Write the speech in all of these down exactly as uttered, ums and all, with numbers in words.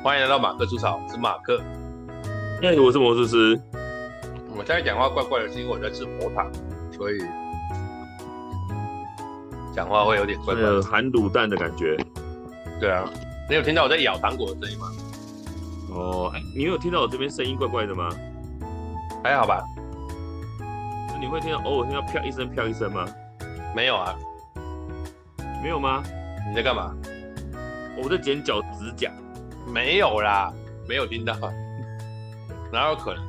欢迎来到马克出草，我是马克。 哎，我是魔术师。 我现在讲话怪怪的，是因为我在吃魔糖，所以讲话会有点怪怪的， 含卤蛋的感觉。 对啊，你有听到我在咬糖果的声音吗？ 哦，哎，你有听到我这边声音怪怪的吗？ 还好吧。 你会听到偶尔听到啪一声啪一声吗？ 没有啊。 没有吗？ 你在干嘛？ 我在剪脚指甲。 没有啦，没有听到，哪有可能？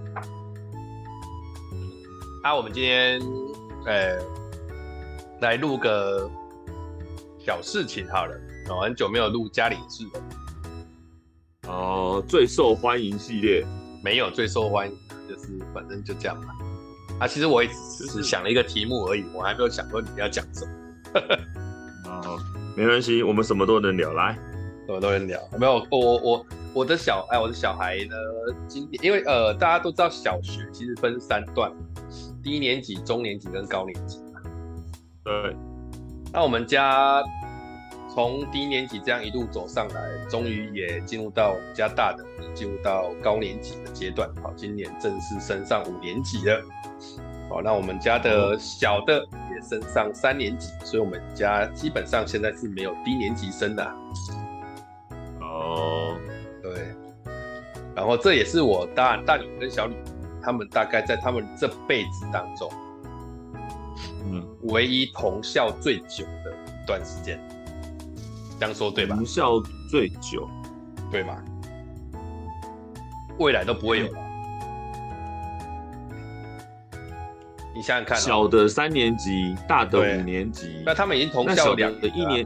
啊，我们今天呃来录个小事情好了，哦，很久没有录家里事了。 哦，最受欢迎系列没有最受欢迎，就是反正就这样吧。啊，其实我也只是想了一个题目而已，我还没有想说你要讲什么。 哦，没关系，我们什么都能聊，来。 什么都能聊，没有我我我的小哎，我的小孩呢，今年因为呃大家都知道小学其实分三段，低年级、中年级跟高年级嘛。 对。 那我们家从低年级这样一路走上来，终于也进入到我们家大的进入到高年级的阶段，好，今年正式升上五年级了。好，那我们家的小的也升上三年级，所以我们家基本上现在是没有低年级生的、啊。 哦， 对，然后这也是我大大女跟小女他们大概在他们这辈子当中，嗯，唯一同校最久的一段时间，这样说对吧？ 同校最久， 对吗？未来都不会有了。你想想看、哦， 小的三年级，大的五年级， 那他们已经同校两的一年。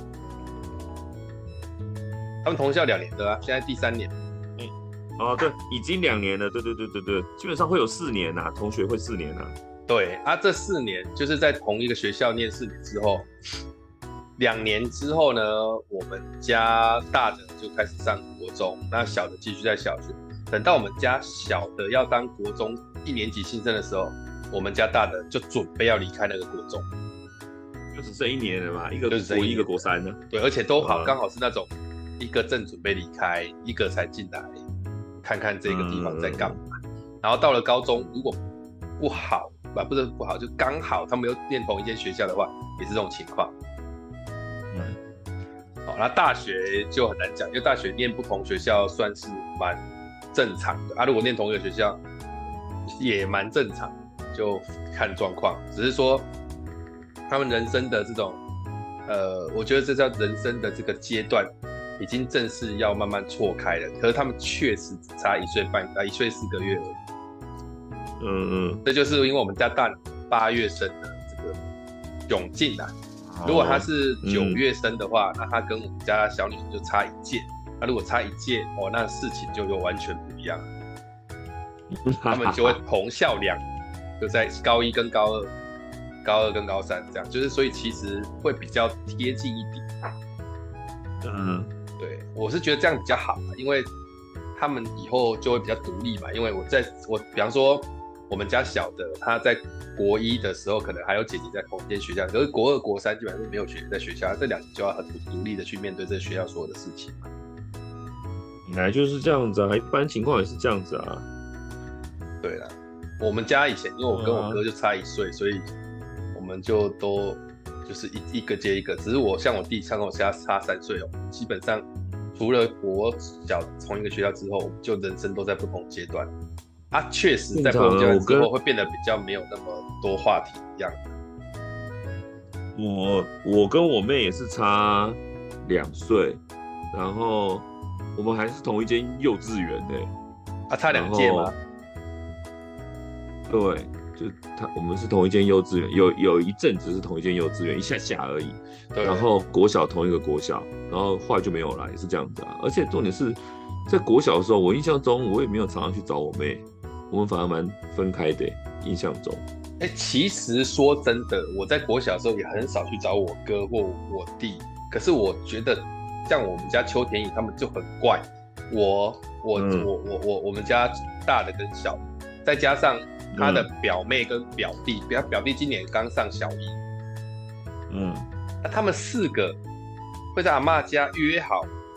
他们同校两年的啊，现在第三年。 嗯，哦，对，已经两年了，对对对对对，基本上会有四年呐、啊，同学会四年呐、啊。 对啊，这四年就是在同一个学校念四年之后，两年之后呢，我们家大的就开始上国中，那小的继续在小学。等到我们家小的要当国中一年级新生的时候，我们家大的就准备要离开那个国中， 就只剩一年了嘛，一个国一，一个国三呢。 对，而且都好，刚、嗯、好是那种。一个正准备离开，一个才进来，看看这个地方在干嘛、嗯。然后到了高中，如果不好，不不是不好，就刚好他们又念同一间学校的话，也是这种情况。嗯，好，那大学就很难讲，因为大学念不同学校算是蛮正常的啊。如果念同一个学校，也蛮正常，就看状况。只是说他们人生的这种，呃，我觉得这叫人生的这个阶段。已经正式要慢慢错开了，可是他们确实只差一岁半啊，一岁四个月而已。 嗯嗯， 这就是因为我们家大八月生的这个永进啊。如果他是九月生的话，嗯、那他跟我们家小女就差一届。那如果差一届哦，那事情就又完全不一样了。他们就会同校两年，就在高一跟高二、高二跟高三这样，就是所以其实会比较贴近一点。 嗯。 对，我是觉得这样比较好，因为他们以后就会比较独立嘛。因为我在我比方说我们家小的，他在国一的时候，可能还有姐姐在同一间学校，可是国二、国三基本上是没有学姐在学校，这两年就要很独立的去面对这学校所有的事情嘛。 本来就是这样子啊，一般情况也是这样子啊。 对啦，我们家以前因为我跟我哥就差一岁、嗯，所以我们就都。就是一一个接一个，只是我像我弟，像跟我差差三岁哦，基本上除了国小同一个学校之后，就人生都在不同阶段。啊，确实在不同阶段之后会变得比较没有那么多话题一样。 我我跟我妹也是差两岁，然后我们还是同一间幼稚园的、欸。 啊，差两届吗？ 对。就他，我们是同一间幼稚园，有有一阵子是同一间幼稚园，一下下而已。然后国小同一个国小，然后后来就没有了，也是这样子啊。而且重点是在国小的时候，我印象中我也没有常常去找我妹，我们反而蛮分开的、欸。印象中， 哎、欸，其实说真的，我在国小的时候也很少去找我哥或我弟。可是我觉得，像我们家邱田乙他们就很怪。我我、嗯、我我我我们家大的跟小的，再加上。他的表妹跟表弟，他表弟今年刚上小一， 嗯， 那他们四个会在阿嬷家约好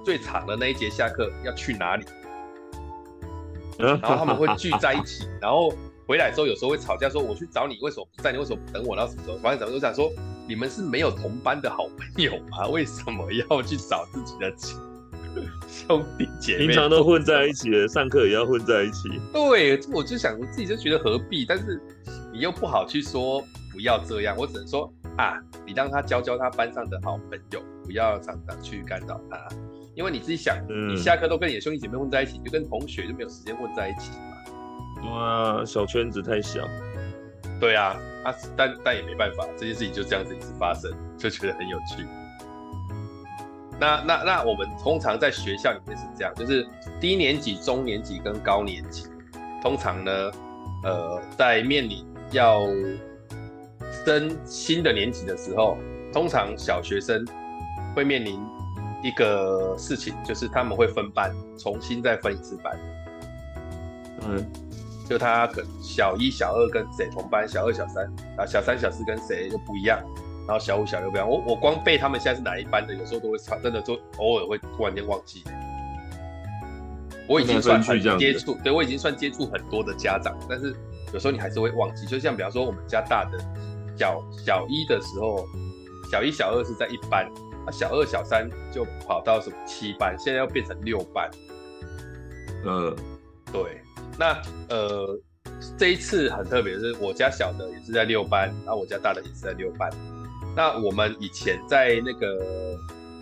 最长的那一节下课要去哪里，然后他们会聚在一起，然后回来之后有时候会吵架，说我去找你，为什么不在？你为什么不等我？到什么时候？反正怎么都想说，你们是没有同班的好朋友吗？为什么要去找自己的兄弟姐妹？ 平常都混在一起了，上课也要混在一起。 对，我就想我自己就觉得何必，但是你又不好去说不要这样，我只能说啊，你让他教教他班上的好朋友，不要常常去干扰他。因为你自己想，嗯、你下课都跟你的兄弟姐妹混在一起，就跟同学就没有时间混在一起嘛。 哇，小圈子太小。 对啊，啊，但但也没办法，这件事情就这样子一直发生，就觉得很有趣。那那那我们通常在学校里面是这样，就是低年级、中年级跟高年级，通常呢，呃，在面临要升新的年级的时候，通常小学生会面临一个事情，就是他们会分班，重新再分一次班。嗯，就他可能小一、小二跟谁同班，小二、小三啊，小三、小四跟谁又不一样，然后小五、小六不一样。我我光背他们现在是哪一班的，有时候都会真的就偶尔会突然间忘记。我已经算很接触，对我已经算接触很多的家长，但是有时候你还是会忘记。就像比方说我们家大的小小一的时候，小一、小二是在一班。啊、小二、小三就跑到什么七班，现在要变成六班。 嗯， 对。那呃，这一次很特别，是我家小的也是在六班，然后我家大的也是在六班。那我们以前在那个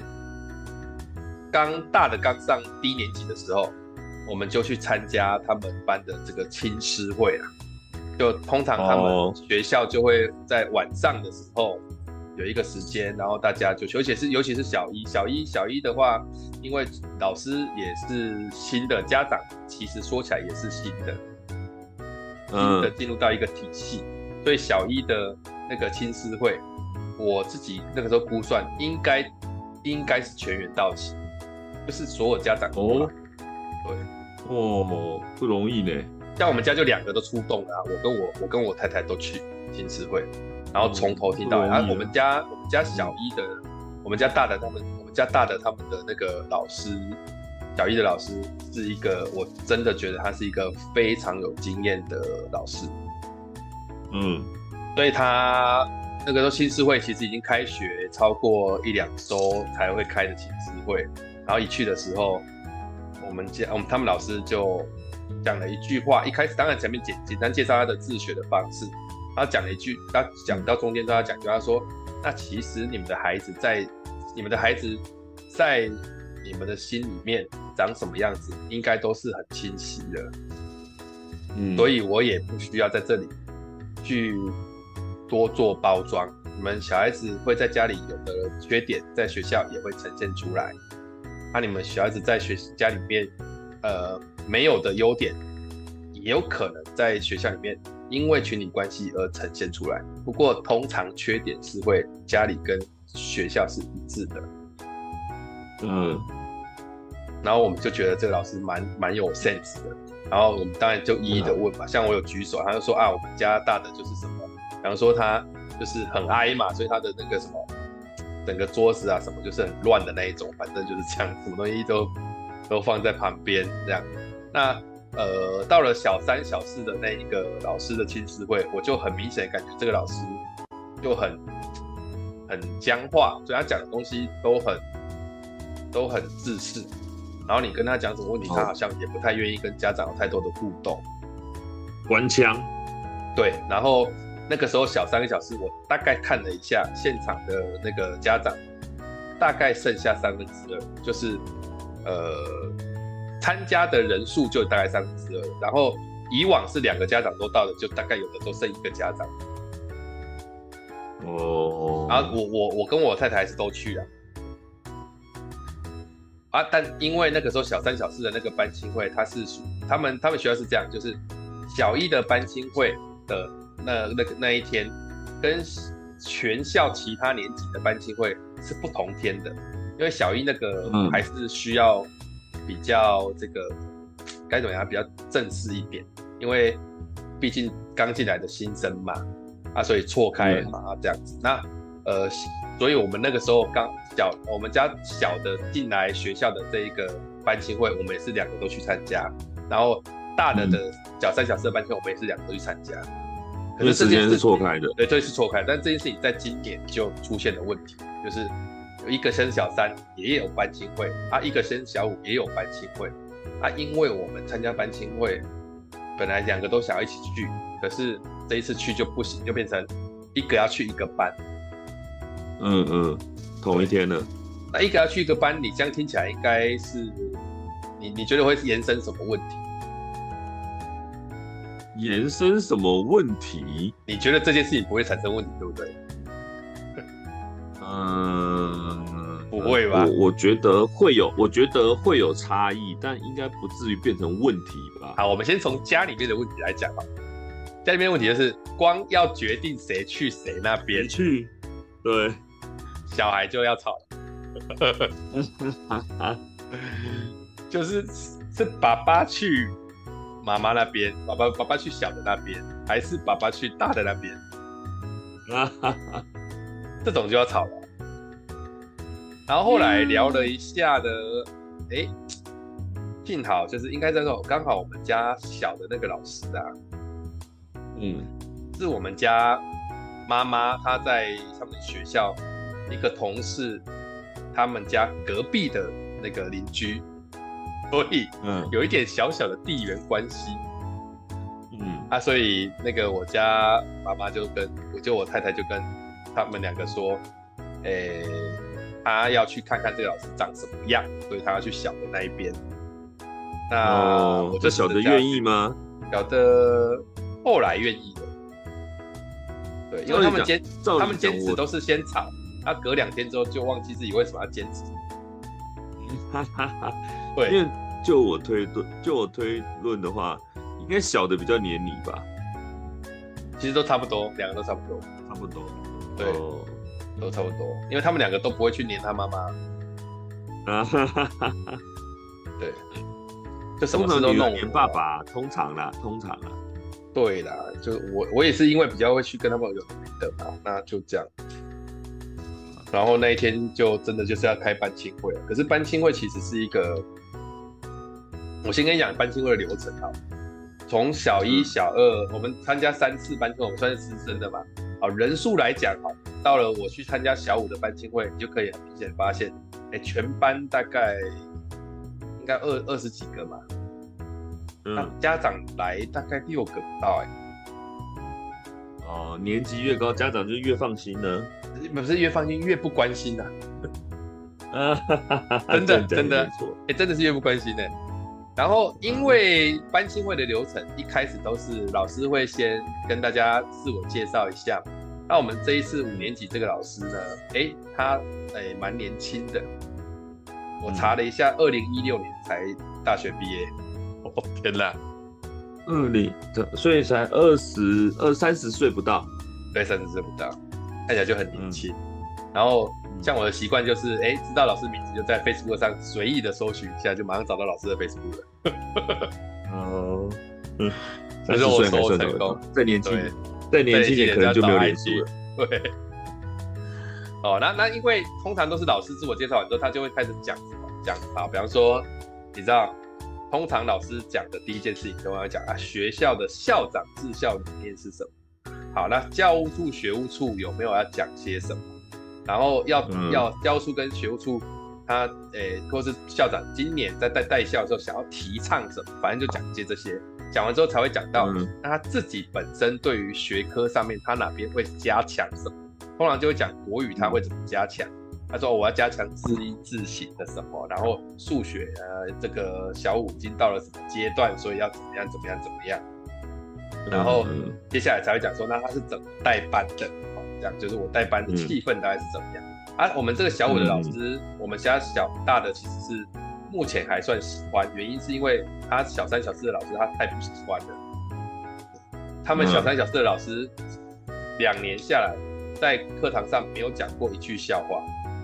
刚大的刚上低年级的时候，我们就去参加他们班的这个亲师会啦。就通常他们学校就会在晚上的时候。有一个时间，然后大家就，尤其是尤其是小一，小一小一的话，因为老师也是新的，家长其实说起来也是新的，新的进入到一个体系，嗯、所以小一的那个亲师会，我自己那个时候估算应该应该是全员到齐，就是所有家长哦，对， 哦，不容易呢。 像我们家就两个都出动了、啊，我跟我我跟我太太都去亲师会。然后从头听到尾，然后我们家我们家小一的，我们家大的他们，我们家大的他们的那个老师，小一的老师是一个，我真的觉得他是一个非常有经验的老师，嗯，所以他那个时候亲师会其实已经开学超过一两周才会开的亲师会，然后一去的时候，我们家我们他们老师就讲了一句话，一开始当然前面简简单介绍他的自学的方式。他讲了一句，他讲到中间之后，他讲就他说，那其实你们的孩子在你们的孩子在你们的心里面长什么样子，应该都是很清晰的。嗯，所以我也不需要在这里去多做包装。你们小孩子会在家里有的缺点，在学校也会呈现出来。那、啊、你们小孩子在学家里面，呃，没有的优点，也有可能在学校里面。因为群体关系而呈现出来，不过通常缺点是会家里跟学校是一致的，嗯，然后我们就觉得这个老师蛮蛮有 sense 的，然后我们当然就一一的问嘛，像我有举手，他就说啊，我们家大的就是什么，比方说他就是很矮嘛，所以他的那个什么，整个桌子啊什么就是很乱的那一种，反正就是这样，什么东西都都放在旁边这样，那。呃，到了小三、小四的那一个老师的亲师会，我就很明显感觉这个老师就很很僵化，所以他讲的东西都很都很自私。然后你跟他讲什么问题，他好像也不太愿意跟家长有太多的互动， 官腔。 对，然后那个时候小三跟小四，我大概看了一下现场的那个家长，大概剩下三分之二，就是呃。参加的人数就大概三分之二，然后以往是两个家长都到的，就大概有的都剩一个家长。哦，然后我我我跟我太太还是都去了，啊，但因为那个时候小三小四的那个班亲会，它是属他们他们学校是这样，就是小一的班亲会的那那个那一天，跟全校其他年级的班亲会是不同天的，因为小一那个还是需要。比较这个该怎么样比较正式一点，因为毕竟刚进来的新生嘛，啊，所以错开嘛、嗯、这样子。那呃，所以我们那个时候刚小，我们家小的进来学校的这一个班亲会，我们也是两个都去参加，然后大的的小三小四的班亲会，我们也是两个都去参加。 可是时间是错开的， 对，对，是错开。但这件事情在今年就出现了问题，就是有一个升小三也有班亲会，啊，一个升小五也有班亲会，啊，因为我们参加班亲会，本来两个都想要一起去，可是这一次去就不行，就变成一个要去一个班。 嗯嗯，同一天了。 那一个要去一个班，你这样听起来应该是你你觉得会延伸什么问题？ 延伸什么问题？ 你觉得这件事情不会产生问题，对不对？ 嗯， 不会吧？ 我我觉得会有，我觉得会有差异，但应该不至于变成问题吧。 好，我们先从家里面的问题来讲吧。家里面的问题就是光要决定谁去谁那边去，对， 小孩就要吵了。就是是爸爸去妈妈那边，爸爸爸爸去小的那边，还是爸爸去大的那边？这种就要吵了。然后后来聊了一下的，哎、欸，幸好就是应该在说，刚好我们家小的那个老师啊， 嗯， 是我们家妈妈她在他们学校一个同事，他们家隔壁的那个邻居。所以，嗯，有一点小小的地缘关系，嗯啊，所以那个我家妈妈就跟我就我太太就跟他们两个说，诶、欸，她要去看看这个老师长什么样，所以她要去小的那一边。那、 哦、我这小的愿意吗？ 小的后来愿意的，对，因为他们坚他们坚持都是先吵，他隔两天之后就忘记自己为什么要坚持。 哈哈哈， 对， 因为就我推论，就我推论的话，应该小的比较黏你吧？ 其实都差不多，两个都差不多， 差不多， 对，哦、都差不多，因为他们两个都不会去黏他妈妈。 啊哈哈哈， 对，就什么事都弄黏爸爸，通常啦，通常啦。 对啦，就我我也是因为比较会去跟他们有的嘛，那就这样。然后那一天就真的就是要开班亲会了，可是班亲会其实是一个，我先跟你讲班亲会的流程啊。从小一、小二，我们参加三次班亲会，我们算是资深的嘛。好，人数来讲，好，到了我去参加小五的班亲会，你就可以很明显发现，哎，全班大概应该二二十几个嘛，嗯，那家长来大概六个不到，哎。 哦，年级越高，家长就越放心呢。 不是越放心，越不关心呐、啊。真的真的，哎、欸，真的是越不关心呢、欸。然后因为班亲会的流程一开始都是老师会先跟大家自我介绍一下。那我们这一次五年级这个老师呢，哎、欸，他哎蛮、欸、年轻的。我查了一下，二零一六年才大学毕业。哦天哪！ 二零，所以才二十二三十岁不到， 对，三十岁不到，看起来就很年轻。嗯、然后像我的习惯就是，哎、欸，知道老师名字就在 Facebook 上随意的搜寻一下，就马上找到老师的 Facebook 了。哦，嗯， 三十岁还算成功，再年轻，再年轻点可能就没有脸书了。 对。哦，那那因为通常都是老师自我介绍完之后，他就会开始讲什么讲啊，比方说，你知道。通常老师讲的第一件事情都要讲啊，学校的校长治校理念是什么？好，那教务处、学务处有没有要讲些什么？然后要、嗯、要教务处跟学务处，他诶、欸，或是校长今年在带带校的时候想要提倡什么？反正就讲一些这些，讲完之后才会讲到，嗯、那他自己本身对于学科上面他哪边会加强什么？通常就会讲国语他会怎么加强。他说我要加强字音字形的什么，然后数学呃这个小五已经到了什么阶段，所以要怎么样怎么样怎么样，然后接下来才会讲说那他是怎么带班的，哦，这样就是我带班的气氛大概是怎么样。嗯、啊，我们这个小五的老师，嗯、我们家小大的其实是目前还算喜欢，原因是因为他小三小四的老师他太不喜欢了，他们小三小四的老师两年下来在课堂上没有讲过一句笑话。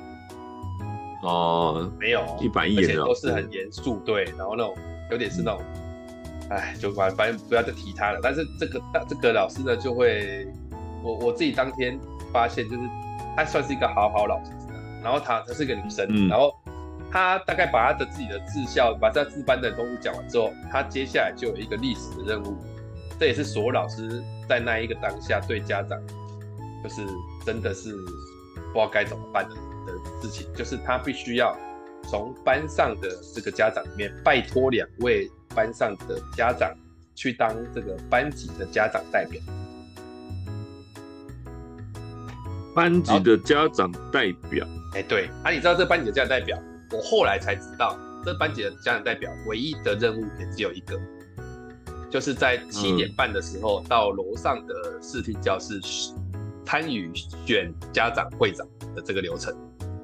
哦， 没有， 一板一眼的， 而且都是很严肃，对，然后那种有点是那种，哎、嗯，就反反正不要再提他了。但是这个这个老师呢，就会，我我自己当天发现，就是她算是一个好好老师，然后她她是一个女生， 嗯、 然后她大概把她的自己的志校，把她自班的东西讲完之后，她接下来就有一个历史的任务，这也是所有老师在那一个当下对家长，就是真的是不知道该怎么办的的事情，就是他必须要从班上的这个家长里面拜托两位班上的家长去当这个班级的家长代表。 班级的家长代表， 哎、欸，对啊，你知道这班级的家长代表，我后来才知道，这班级的家长代表唯一的任务也只有一个，就是在七点半的时候、嗯、到楼上的视听教室参与选家长会长的这个流程。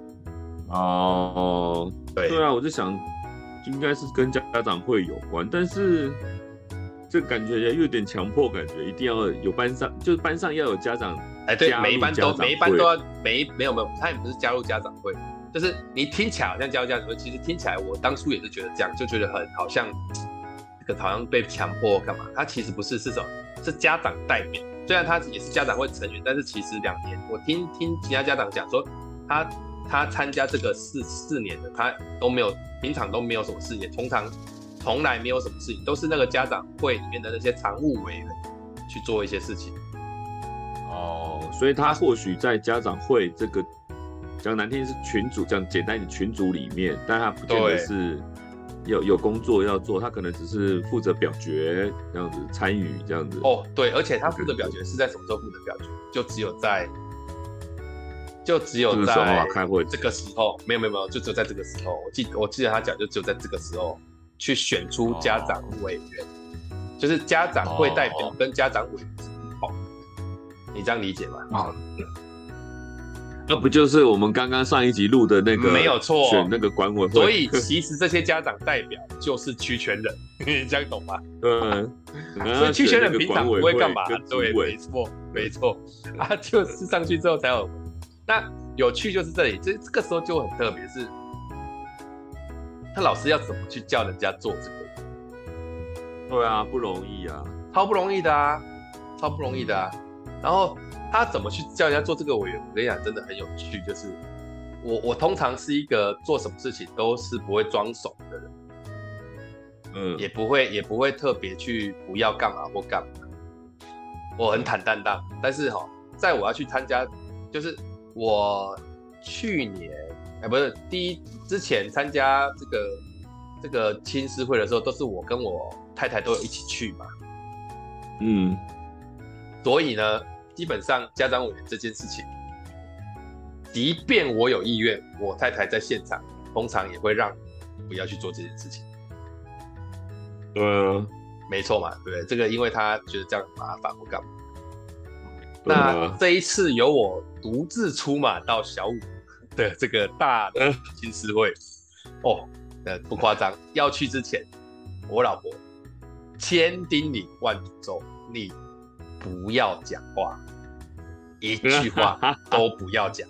哦， 对对啊，我就想应该是跟家长会有关，但是这感觉也有点强迫，感觉一定要有班上，就是班上要有家长。 哎，对，每一班都每一班都要每没有没有，他也不是加入家长会，就是你听起来好像加入家长会，其实听起来我当初也是觉得这样，就觉得很好像这个好像被强迫干嘛？他其实不是，是什么？是家长代表。虽然他也是家长会成员，但是其实两年，我听听其他家长讲说，他他参加这个四四年的，他都没有平常都没有什么事情，通常从来没有什么事情，都是那个家长会里面的那些常务委员去做一些事情。 哦，所以他或许在家长会这个讲难听是群组，讲简单一点群组里面，但他不见得是有有工作要做，他可能只是负责表决这样子参与这样子。 哦，对，而且他负责表决是在什么时候负责表决？就只有在就只有在开会这个时候，没有没有没有，就只有在这个时候。我记我记得他讲，就只有在这个时候去选出家长委员，哦、就是家长会代表跟家长委员。你这样理解吗？ 啊，那不就是我们刚刚上一集录的那个没有错， 选那个管委会？ 所以其实这些家长代表就是区权人，你这样懂吗？ 嗯， 所以区权人平常不会干嘛？对，没错，没错啊，就是上去之后才有。那有趣就是这里，这这个时候就很特别，是他老师要怎么去叫人家做这个？ 对啊，不容易啊， 超不容易的啊，超不容易的啊。然后他怎么去叫人家做这个委员？我跟你讲，真的很有趣。就是我，我通常是一个做什么事情都是不会装怂的人，嗯，也不会也不会特别去不要干嘛或干嘛，我很坦荡荡。但是哈、哦，在我要去参加，就是我去年哎不是第一之前参加这个这个亲师会的时候，都是我跟我太太都有一起去嘛， 嗯。 所以呢，基本上家长委员这件事情，即便我有意愿，我太太在现场，通常也会让不要去做这件事情。 对啊， 没错嘛，对不对？这个因为他觉得这样麻烦或干嘛。那这一次由我独自出马到小五的这个大的亲师会，哦，呃，不夸张，要去之前，我老婆千叮咛万嘱咐，你不要讲话，一句话都不要讲。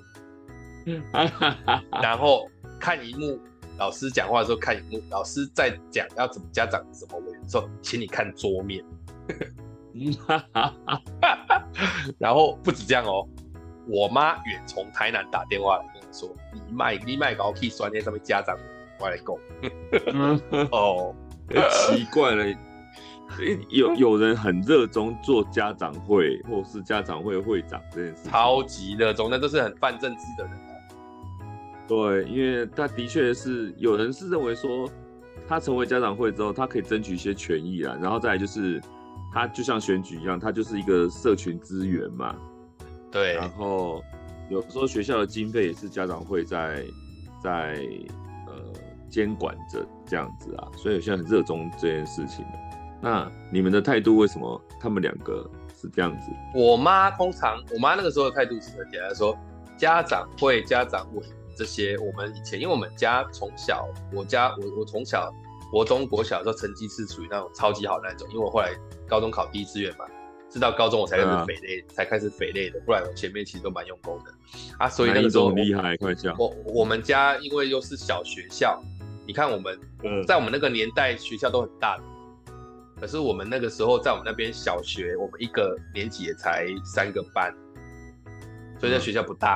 然后看荧幕，老师讲话的时候看荧幕，老师在讲要怎么家长怎么委员的时候，请你看桌面。然后不止这样哦，我妈远从台南打电话来跟我说：“你卖你卖搞屁酸那上面家长我来讲。”哦， 奇怪了。有有人很热衷做家长会，或是家长会会长这件事， 超级热衷，那都是很泛政治的人啊。 对，因为他的确是有人是认为说，他成为家长会之后，他可以争取一些权益啊，然后再来就是他就像选举一样，他就是一个社群资源嘛。 对， 然后有时候学校的经费也是家长会在在呃监管着这样子啊，所以有些人很热衷这件事情的。那你们的态度为什么他们两个是这样子？ 我妈通常，我妈那个时候的态度是很简单，说家长会、家长委这些，我们以前，因为我们家从小，我家我我从小国中、国小的时候成绩是属于那种超级好的那种，因为我后来高中考第一志愿嘛，是到高中我才开始匪类，啊、才开始匪类的，不然我前面其实都蛮用功的啊。所以那个时候很厉害，快笑。 我我们家因为又是小学校，你看我们、嗯、在我们那个年代学校都很大的。可是我们那个时候在我们那边小学，我们一个年级也才三个班，所以在学校不大。嗯、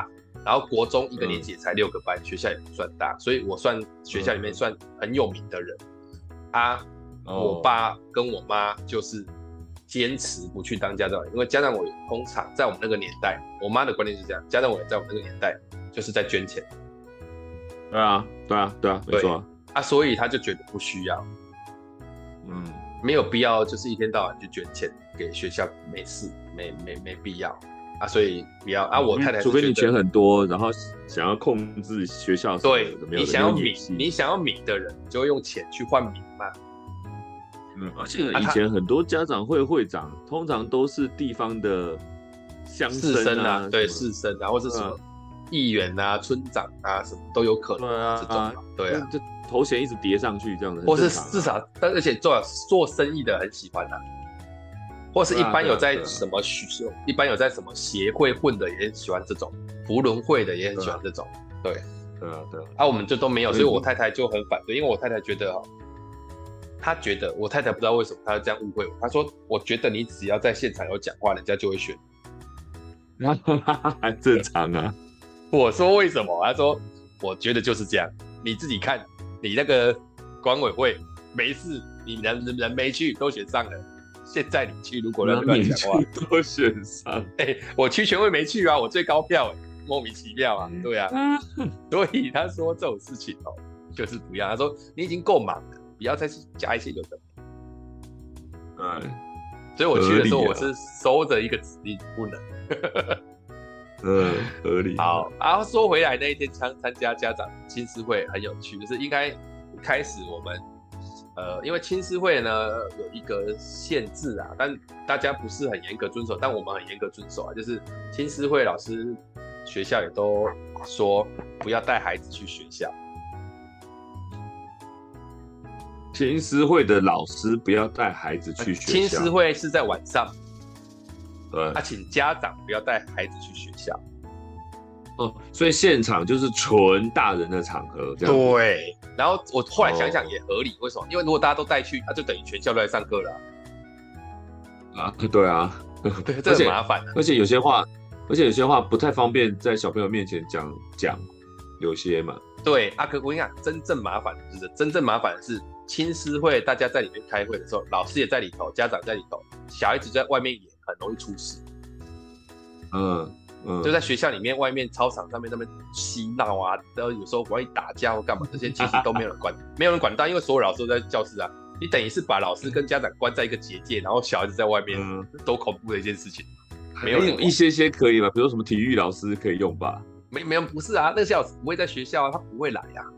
然后国中一个年级也才六个班，嗯、学校也不算大，所以我算学校里面算很有名的人。嗯、啊，哦、我爸跟我妈就是坚持不去当家长，因为家长委通常在我们那个年代，我妈的观念是这样，家长委在我们那个年代就是在捐钱。 对啊，对啊，对啊，没错啊。 啊，所以他就觉得不需要，嗯，没有必要，就是一天到晚去捐钱给学校，没事，没没没必要啊，所以不要啊。我太太除非你钱很多，然后想要控制学校， 对，你想要名，你想要名的人，就会用钱去换名嘛。 嗯，而且以前很多家长会会长，通常都是地方的乡绅啊， 对，士绅啊，或是什么。议员啊、村长啊，什么都有可能。对啊，这种对啊， 这头衔一直叠上去，这样的、啊， 或是至少，但而且做做生意的很喜欢啊，或是一般有在什么学，啊啊啊、一般有在什么协会混的也很喜欢这种，福伦会的也很喜欢这种，对， 对啊，对啊， 啊，我们就都没有，所以我太太就很反对，因为我太太觉得哈，她觉得我太太不知道为什么她这样误会我，她说我觉得你只要在现场有讲话，人家就会选， 还正常啊。 我说为什么？他说我觉得就是这样，你自己看，你那个管委会没事，你人人没去都选上了，现在你去如果乱乱讲话， 都选上， 哎、欸，我区全会没去啊，我最高票、欸，莫名其妙啊，对啊，所以他说这种事情哦、喔，就是不要，他说你已经够忙了，不要再去加一些有的， 嗯， 所以我去的时候我是收着一个指令不能。 嗯，合理。 好，然后说回来那一天参参加家长亲师会很有趣，就是应该开始我们呃，因为亲师会呢有一个限制啊，但大家不是很严格遵守，但我们很严格遵守啊，就是亲师会老师学校也都说不要带孩子去学校。 亲师会的老师不要带孩子去学校。 亲师会是在晚上。 对， 啊，请家长不要带孩子去学校。 哦，所以现场就是纯大人的场合，这样。 对，然后我后来想想也合理，哦、为什么？因为如果大家都带去，那、啊、就等于全校都在上课了啊。啊，对啊， 对，这很麻烦、啊。 而且有些话，而且有些话不太方便在小朋友面前讲讲，有些嘛。 对，阿、啊、哥，我跟你讲，真正麻烦的就是，真正麻烦的是亲师会，大家在里面开会的时候，老师也在里头，家长在里头，小孩子在外面也很容易出事。 嗯。嗯、 就在学校里面、外面操场上面那边嬉闹啊，然后有时候容易打架或干嘛，这些其实都没有人管，没有人管到，因为所有老师都在教室啊。你等于是把老师跟家长关在一个结界，然后小孩子在外面，嗯、多恐怖的一件事情。 没有人一些些可以吧，比如说什么体育老师可以用吧？ 没没有，不是啊，那些老师不会在学校啊，他不会来啊。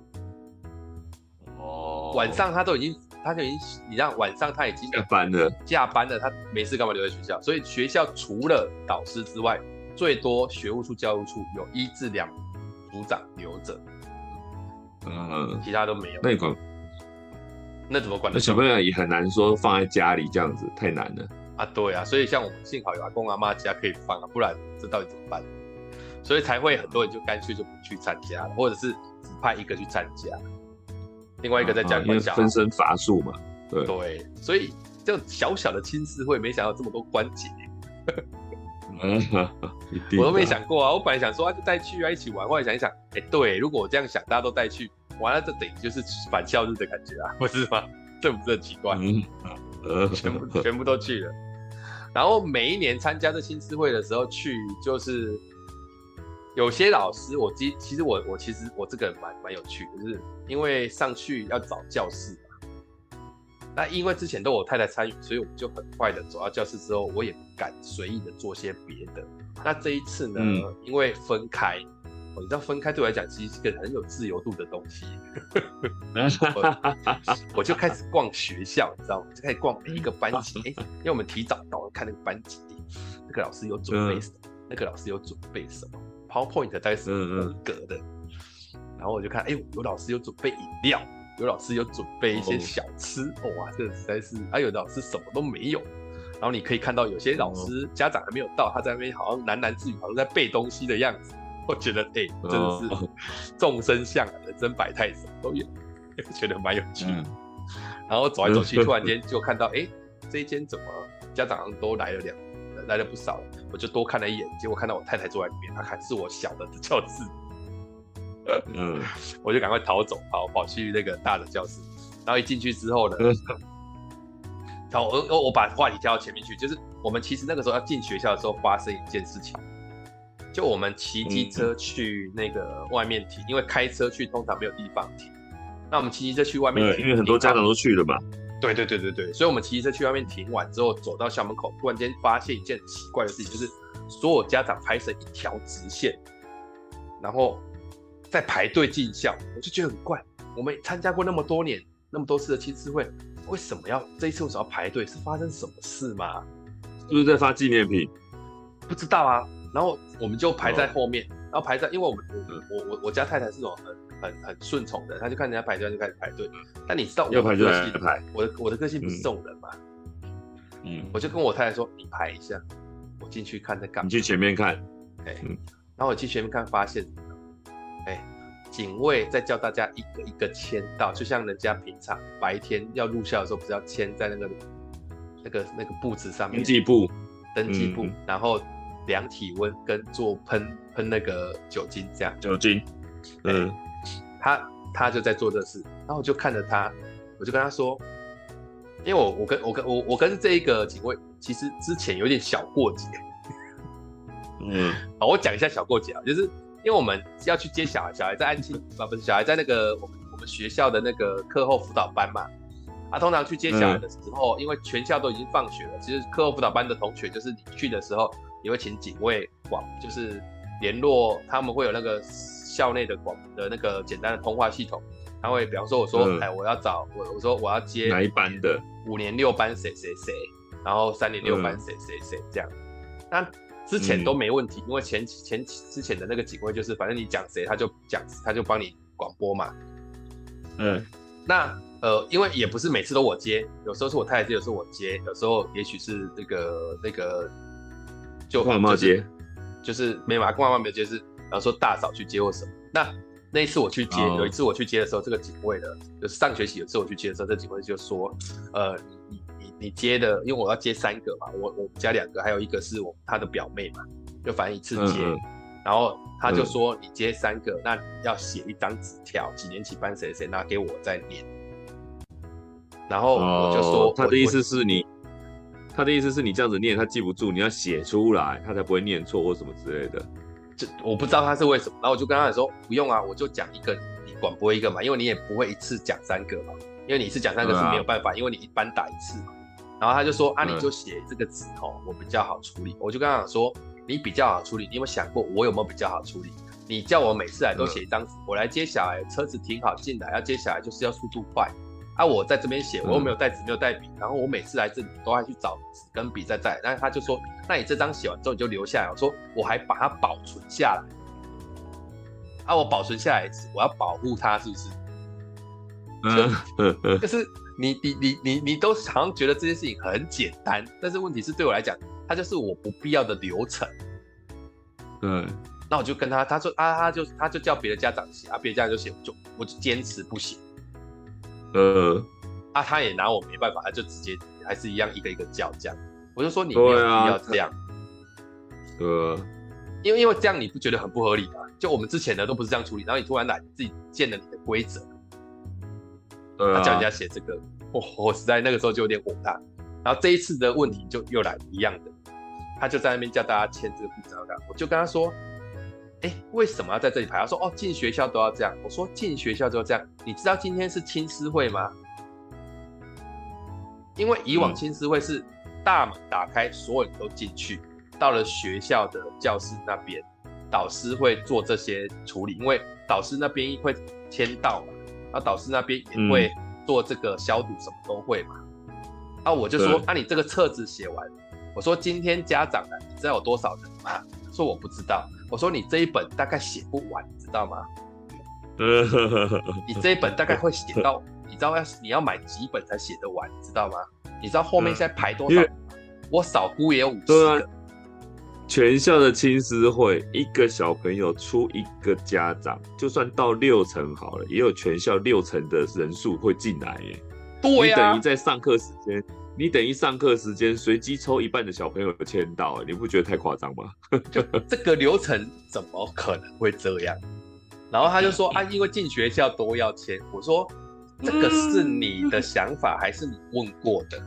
哦， 晚上他都已经，他就已经，你让晚上他已经下班了， 下班了，他没事干嘛留在学校？所以学校除了导师之外，最多学务处、教务处有一至两组长留着，嗯，其他都没有。 那你管？ 那怎么管？ 那小朋友也很难说放在家里这样子，太难了啊。对啊，所以像我们幸好有阿公阿妈家可以放啊，不然这到底怎么办？所以才会很多人就干脆就不去参加了，或者是只派一个去参加，另外一个在家里管小孩， 分身乏术嘛。对对，所以就小小的亲师会，没想到这么多关节。 嗯， 我都没想过啊！我本来想说啊，就带去啊，一起玩。后来想一想，哎、欸，对，如果我这样想，大家都带去，完了，这等于就是返校日的感觉啊，不是吗？这不是很奇怪？嗯，呃、全部全部都去了。然后每一年参加这亲师会的时候去，就是有些老师，我其其实我我其实我这个人蛮蛮有趣的，就是因为上去要找教室。那因为之前都有太太参与，所以我们就很快的走到教室之后，我也不敢随意的做些别的。那这一次呢，嗯、因为分开，你知道分开对我来讲其实是个很有自由度的东西。我, 我就开始逛学校，你知道吗？就开始逛每一个班级，哎、欸，因为我们提早到看那个班级，那个老师有准备什么，嗯、那个老师有准备什么 ，PowerPoint 大概是风格的。嗯、然后我就看，哎、欸，有老师有准备饮料。有老师有准备一些小吃，哦、哇，这个实在是，还、啊、有的老师什么都没有。然后你可以看到有些老师、哦、家长还没有到，他在那边好像喃喃自语，好像在背东西的样子。我觉得，哎、欸，真的是众生相啊，人生百态，什么都有，觉得蛮有趣的。嗯、然后走来走去，突然间就看到，哎、欸，这一间怎么家长都来了两人， 来了不少，我就多看了一眼，结果看到我太太坐在里面，她看是我小的教室，嗯，我就赶快逃走，跑跑去那个大的教室，然后一进去之后呢，然后我我把话题跳到前面去，就是我们其实那个时候要进学校的时候发生一件事情，就我们骑机车去那个外面停，因为开车去通常没有地方停，那我们骑机车去外面停， 因为很多家长都去了嘛。 对对对对对，所以我们骑机车去外面停完之后，走到校门口，突然间发现一件奇怪的事情，就是所有家长排成一条直线，然后在排队进校，我就觉得很怪。我们参加过那么多年、那么多次的亲师会，为什么要这一次为什么要排队？是发生什么事吗？ 是不是在发纪念品？ 不知道啊。然后我们就排在后面，哦、然后排在，因为我们我我我家太太是那种很很很顺从的，她就看人家排队就开始排队。但你知道我的个性，我的我的个性不是这种人嘛。嗯，我就跟我太太说，你排一下，我进去看在干嘛。 你去前面看， 哎、欸，嗯，然后我去前面看，发现，哎、欸，警卫在叫大家一个一个签到，就像人家平常白天要入校的时候，不是要签在那个那个那个簿子上面， 登记簿， 登记簿，嗯、然后量体温跟做喷喷那个酒精这样。 酒精，嗯， 欸、他他就在做这事，然后我就看着他，我就跟他说，因为我我跟我跟我我跟这一个警卫其实之前有点小过节，嗯，好，我讲一下小过节啊，就是因为我们要去接小孩，小孩在安亲啊不是小孩在那个我们我们学校的那个课后辅导班嘛，啊，通常去接小孩的时候，嗯、因为全校都已经放学了，其实课后辅导班的同学就是你去的时候，也会请警卫广，就是联络他们会有那个校内的广的那个简单的通话系统，他会比方说我说，哎、嗯，我要找我我说我要接哪一班的五年六班谁谁谁，然后三年六班谁谁谁这样，那之前都没问题，嗯、因为前前之前的那个警卫就是反正你讲谁他就讲他就帮你广播嘛，嗯，那呃因为也不是每次都我接，有时候是我太太接，有时候我接，有时候也许是那个那个就妈妈接， 就是没嘛，跟妈妈没有接是。然后说大嫂去接或什么，那那一次我去接， oh. 有一次我去接的时候，这个警卫的，就是上学期有一次我去接的时候，这警卫就说，呃，你你你接的，因为我要接三个嘛，我我们家两个，还有一个是我他的表妹嘛，就反正一次接，嗯嗯然后他就说你接三个，嗯、那你要写一张纸条，几年几班谁谁拿给我再念，然后我就说， oh, 他的意思是你。他的意思是你这样子念，他记不住，你要写出来，他才不会念错或什么之类的。 就我不知道他是为什么，然后我就跟他说不用啊，我就讲一个，你广播一个嘛，因为你也不会一次讲三个嘛，因为你一次讲三个是没有办法，啊、因为你一班打一次嘛。然后他就说啊，你就写这个纸哦，我比较好处理。我就跟他讲说，你比较好处理，你有没有想过我有没有比较好处理？你叫我每次来都写一张纸，我来接小孩，车子停好进来要接小孩就是要速度快。啊，我在这边写，我又没有带纸，没有带笔，然后我每次来这里都还去找纸跟笔再带。但是他就说，那你这张写完之后你就留下来。我说我还把它保存下来。啊，我保存下来，我要保护它，是不是？嗯，就是你你你你你都好像觉得这件事情很简单，但是问题是对我来讲，它就是我不必要的流程。 嗯， 那我就跟他，他说啊，他就他就叫别的家长写，啊，别的家长就写，我就我就坚持不写。呃，啊，他也拿我没办法，他就直接还是一样一个一个叫这样。我就说你没有必要这样， 呃、啊， 因为因为这样你不觉得很不合理吗？就我们之前的都不是这样处理，然后你突然来自己建了你的规则，呃、啊，他叫人家写这个，我、哦、我实在那个时候就有点火大。然后这一次的问题就又来一样的，他就在那边叫大家签这个簿子，我就跟他说。哎，为什么要在这里排？他说：“哦，进学校都要这样。”我说：“进学校都要这样。”你知道今天是亲师会吗？因为以往亲师会是大门打开，所有人都进去，到了学校的教室那边，导师会做这些处理，因为导师那边会签到嘛，然后导师那边也会做这个消毒，什么都会嘛。啊，我就说：“那、啊、你这个册子写完，我说今天家长来，你知道有多少人吗？”说我不知道，我说你这一本大概写不完，你知道吗？你这一本大概会写到，你知道要你要买几本才写得完，你知道吗？你知道后面现在排多少？我少估也有五十个。啊、 全校的亲师会，一个小朋友出一个家长，就算到六成好了，也有全校六成的人数会进来耶。 对呀、啊， 你等于在上课时间， 你等于上课时间随机抽一半的小朋友签到，你不觉得太夸张吗？ 就这个流程怎么可能会这样？然后他就说啊，因为进学校都要签。我说这个是你的想法还是你问过的？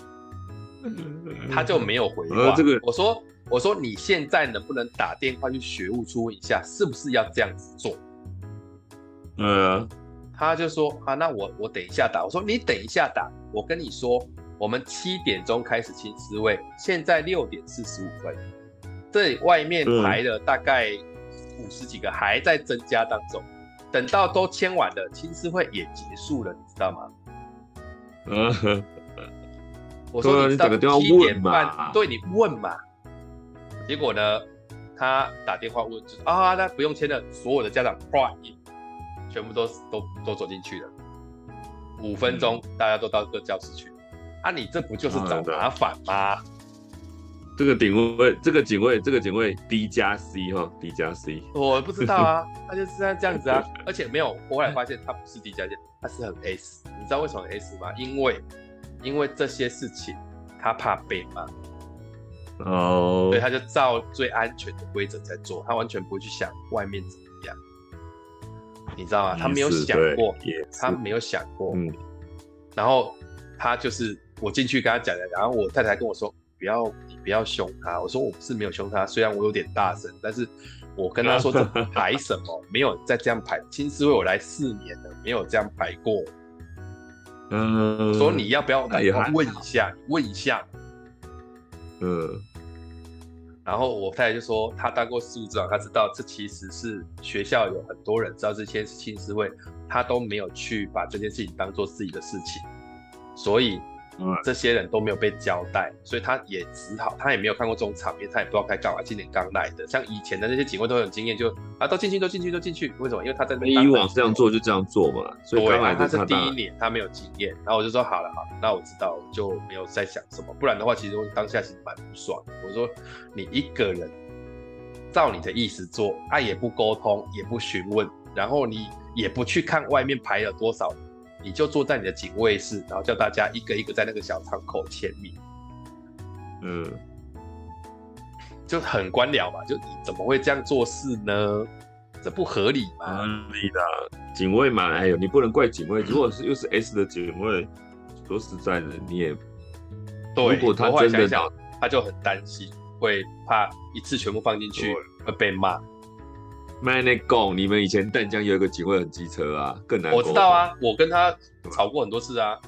他就没有回话。呃这个、我说我说你现在能不能打电话去学务处问一下，是不是要这样子做？ 呃， 他就说啊，那我我等一下打。我说你等一下打，我跟你说，我们七点钟开始亲师会，现在六点四十五分，这里外面排了大概五十几个，还在增加当中。等到都签完了，亲师会也结束了，你知道吗？ 嗯， 我说你知道七点半，对你问嘛。结果呢，他打电话问，就是啊，那不用签了，所有的家长哗一。全部都都都走进去了，五分钟大家都到各教室去，啊，你这不就是找麻烦吗？ 这个警卫，这个警卫，这个警卫 D 加 C 哈 ，D 加 C， 我不知道啊，他就是这样子啊，而且没有，我后来发现他不是 D 加 C， 他是很 S， 你知道为什么很 S 吗？因为因为这些事情他怕被骂，哦，所以他就照最安全的规则在做，他完全不会去想外面怎么样。你知道吗？他没有想过，他没有想过。嗯，然后他就是我进去跟他讲讲，然后我太太跟我说：“不要，你不要凶他。”我说：“我不是没有凶他，虽然我有点大声，但是我跟他说这排什么，没有再这样排。亲师会我来四年了，没有这样排过。嗯，我说你要不要问一下？问一下。嗯。”然后我太太就说，她当过事务长，她知道这其实是学校有很多人知道这些是亲师会，她都没有去把这件事情当做自己的事情，所以这些人都没有被交代，所以她也只好，她也没有看过这种场面，她也不知道该干嘛。今年刚来的，像以前的那些警卫都有经验，就啊都进去都进去都进去，为什么？因为他在那边以往这样做就这样做嘛，所以刚来的他是第一年，他没有经验，然后我就说好了好了，那我知道，我就没有在想什么，不然的话，其实我当下其实蛮不爽的。我说你一个人照你的意思做，啊也不沟通，也不询问，然后你也不去看外面排了多少人，你就坐在你的警卫室，然后叫大家一个一个在那个小窗口签名，嗯，就很官僚嘛，就你怎么会这样做事呢？这不合理嘛？ 合理的，警卫嘛，哎呦，你不能怪警卫，如果是又是 S 的警卫，说实在的，你也对， 如果他真的想想他就很担心，会怕一次全部放进去会被骂。 麦内贡，你们以前淡江有一个警卫很机车啊，更难。 我知道啊，我跟他吵过很多次啊。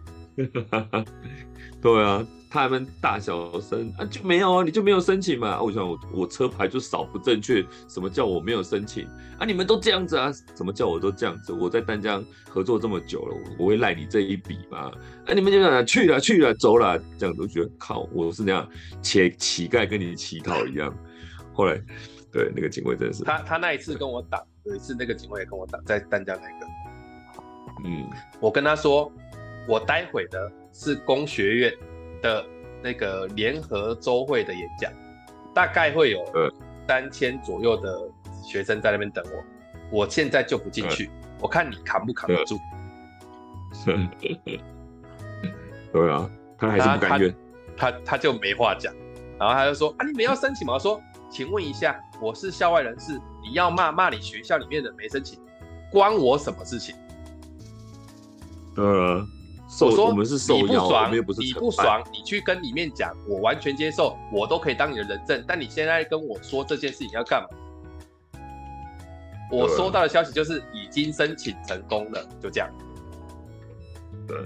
对啊，他们大小声啊就没有啊，你就没有申请嘛？啊、我想我我车牌就扫不正确，什么叫我没有申请啊？你们都这样子啊？什么叫我都这样子？我在淡江合作这么久了，我会赖你这一笔吗？啊，你们就讲去了去了走了，这样都觉得靠，我是那样乞乞丐跟你乞讨一样。后来对那个警卫真的是他他那一次跟我打，有一次那个警卫也跟我打，在淡江那个， 嗯， 我跟他说，我待会的是工学院的那个联合周会的演讲，大概会有三千左右的学生在那边等我，我现在就不进去，我看你扛不扛得住。 对啊，他还是不甘愿， 他 他, 他就没话讲，然后他就说啊，你们要申请吗？我说，请问一下，我是校外人士，你要骂骂你学校里面的没申请，关我什么事情？ 呃。 我说我们是受邀，我们又不是你不爽，你去跟里面讲，我完全接受，我都可以当你的人证。但你现在跟我说这件事情要干嘛？我收到的消息就是已经申请成功了，就这样。 对，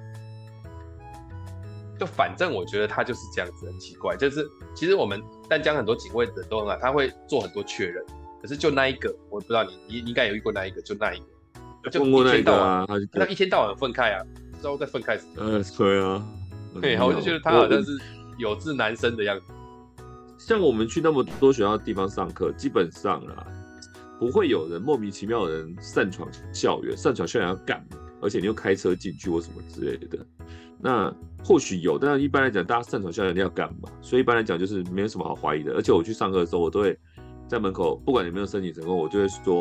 就反正我觉得他就是这样子，很奇怪。就是其实我们淡江很多警卫的都很好，他会做很多确认，可是就那一个，我不知道你你应该有遇过那一个，就那一个，就一天到晚，他他一天到晚分开啊。之后再分开始， 嗯，对啊， 对，我就觉得他好像是有志难伸的样子。 像我们去那么多学校的地方上课，基本上啦，不会有人莫名其妙的人擅闯校园，擅闯校园要干嘛？而且你又开车进去或什么之类的。那或许有，但是一般来讲，大家擅闯校园要干嘛？所以一般来讲就是没有什么好怀疑的。而且我去上课的时候，我都会在门口，不管你有没有申请成功，我就会说，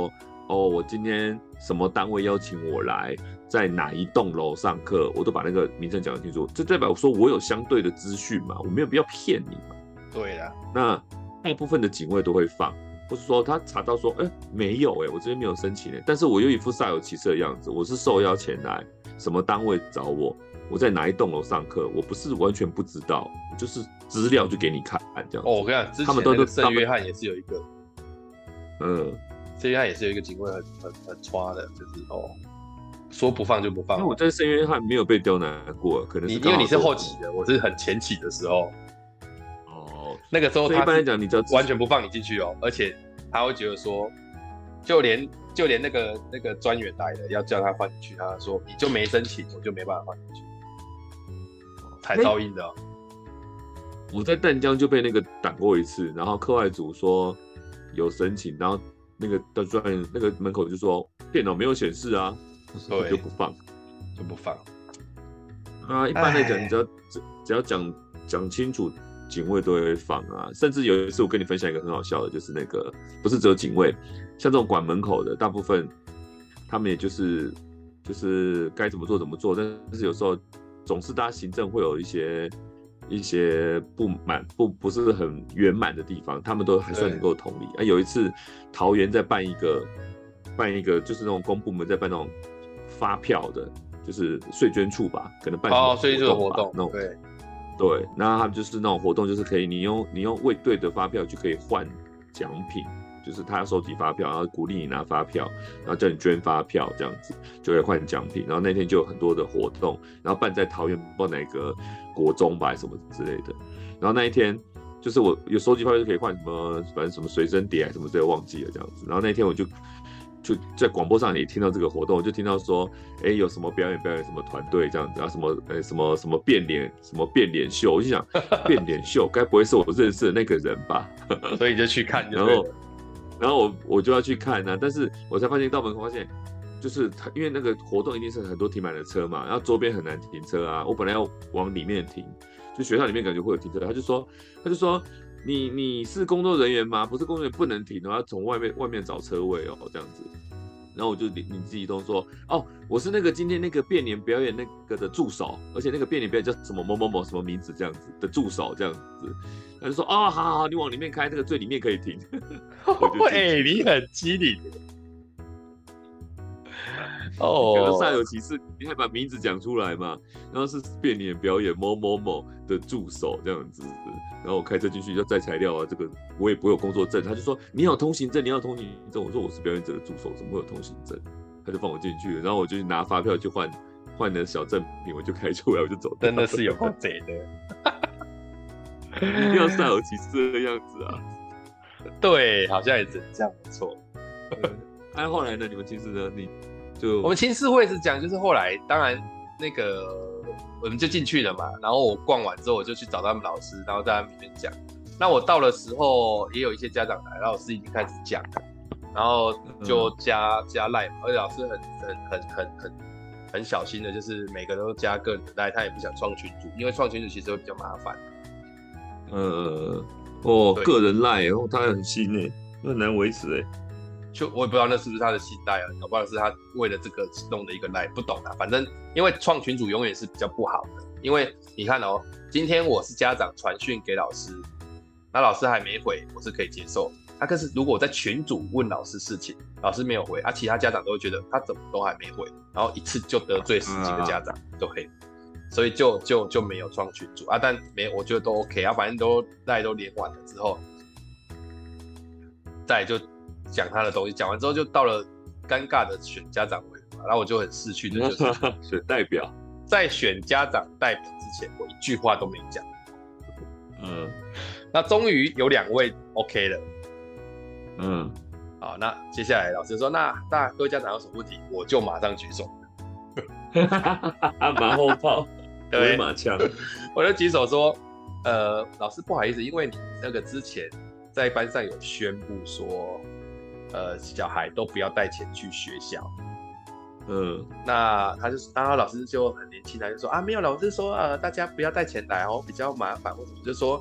哦，我今天什么单位邀请我来，在哪一栋楼上课，我都把那个名称讲清楚，这代表说我有相对的资讯嘛，我没有必要骗你嘛。 对啦， 那大部分的警卫都会放，或是说他查到说，哎、欸，没有哎、欸，我这边没有申请哎、欸，但是我又一副煞有其事的样子，我是受邀前来，什么单位找我，我在哪一栋楼上课，我不是完全不知道，就是资料就给你看这样子。 哦，我跟你讲，之前那个圣约翰也是有一个，嗯。圣约翰也是有一个警卫很很很抓的，就是哦，说不放就不放。 因为我在圣约翰没有被刁难过，可能是你因为你是后期的，我是很前期的时候。 哦， 那个时候他一般来讲，你只要完全不放你进去哦，而且他会觉得说，就连就连那个那个专员来了要叫他放进去，他说你就没申请，我就没办法放进去，才噪音的、哦。 我在淡江就被那个挡过一次，然后课外组说有申请，然后。那个的专员那个门口就说电脑没有显示啊，对，就不放， 就不放。 啊，一般来讲，你只要只只要讲讲清楚，警卫都会放啊。甚至有一次我跟你分享一个很好笑的，就是那个不是只有警卫，像这种管门口的，大部分他们也就是就是该怎么做怎么做，但是有时候总是大家行政会有一些。一些不满不不是很圆满的地方，他们都还算能够同理。啊，有一次桃园在办一个办一个就是那种公部门在办那种发票的，就是税捐处吧，可能办什么税捐的活动， 那种对对，那他们就是那种活动，就是可以你用你用未兑的发票就可以换奖品。就是他要收集发票，然后鼓励你拿发票，然后叫你捐发票，这样子就会换奖品。然后那天就有很多的活动，然后办在桃园不知道哪个国中吧，什么之类的。然后那一天就是我有收集发票就可以换什么，反正什么随身碟什么之类的忘记了这样子。然后那天我就就在广播上也听到这个活动，我就听到说，哎，有什么表演表演什么团队这样子，然后什么呃什么什么变脸什么变脸秀，我就想变脸秀该不会是我认识的那个人吧？ 所以你就去看就对了， 然后。然后我我就要去看啊，但是我才发现到门口发现，就是因为那个活动一定是很多停满了车嘛，然后周边很难停车啊。我本来要往里面停，就学校里面感觉会有停车，他就说他就说你你是工作人员吗？不是工作人员不能停，然后从外面外面找车位哦这样子。然后我就你你自己都说哦，我是那个今天那个变脸表演那个的助手，而且那个变脸表演叫什么某某某什么名字这样子的助手这样子。他就说哦，好好好，你往里面开，那个最里面可以停。 喂，你很机灵。 哦，可能煞有其事，你还把名字讲出来嘛？然后是变脸表演某某某的助手这样子，然后我开车进去要载材料啊，这个我也不会有工作证，他就说你有通行证，你要通行证，我说我是表演者的助手，怎么会有通行证？他就放我进去，然后我就拿发票去换换的小赠品，我就开出来，我就走。 真的是有够贼的， 一定要煞有其事的样子啊！ 对，好像也是这样，没错。 哎、啊，后来呢？你们其实呢？你就我们亲事会是讲，就是后来当然那个我们就进去了嘛，然后我逛完之后，我就去找他们老师，然后在他们里面讲。那我到的时候，也有一些家长来，老师已经开始讲了，然后就加、嗯、加赖嘛，而且老师很很很很很很小心的，就是每个都加个人的赖，他也不想创群组，因为创群组其实会比较麻烦。 呃，哦，个人赖，哦，他很新哎，很难维持哎。 就我也不知道那是不是他的信赖啊，搞不好是他为了这个弄的一个赖，不懂啊。反正因为创群组永远是比较不好的，因为你看哦，今天我是家长传讯给老师，那老师还没回，我是可以接受。啊，可是如果我在群组问老师事情，老师没有回，啊，其他家长都会觉得他怎么都还没回，然后一次就得罪十几个家长，都可以，所以就就就没有创群组啊。但没，我觉得都 OK 啊，反正都赖都连完了之后，再来就讲他的东西，讲完之后就到了尴尬的选家长会嘛，然后我就很识趣的就是选代表， 在选家长代表之前，我一句话都没讲。 嗯， 那终于有两位 OK 了。 嗯， 好，那接下来老师说，那大各位家长有什么问题，我就马上举手。 马后炮， 对， 马枪， 我就举手说，呃，老师不好意思，因为你那个之前在班上有宣布说，呃，小孩都不要带钱去学校。 嗯，那他就，然后老师就很年轻，他就说啊，没有，老师说呃，大家不要带钱来哦，比较麻烦。我就说，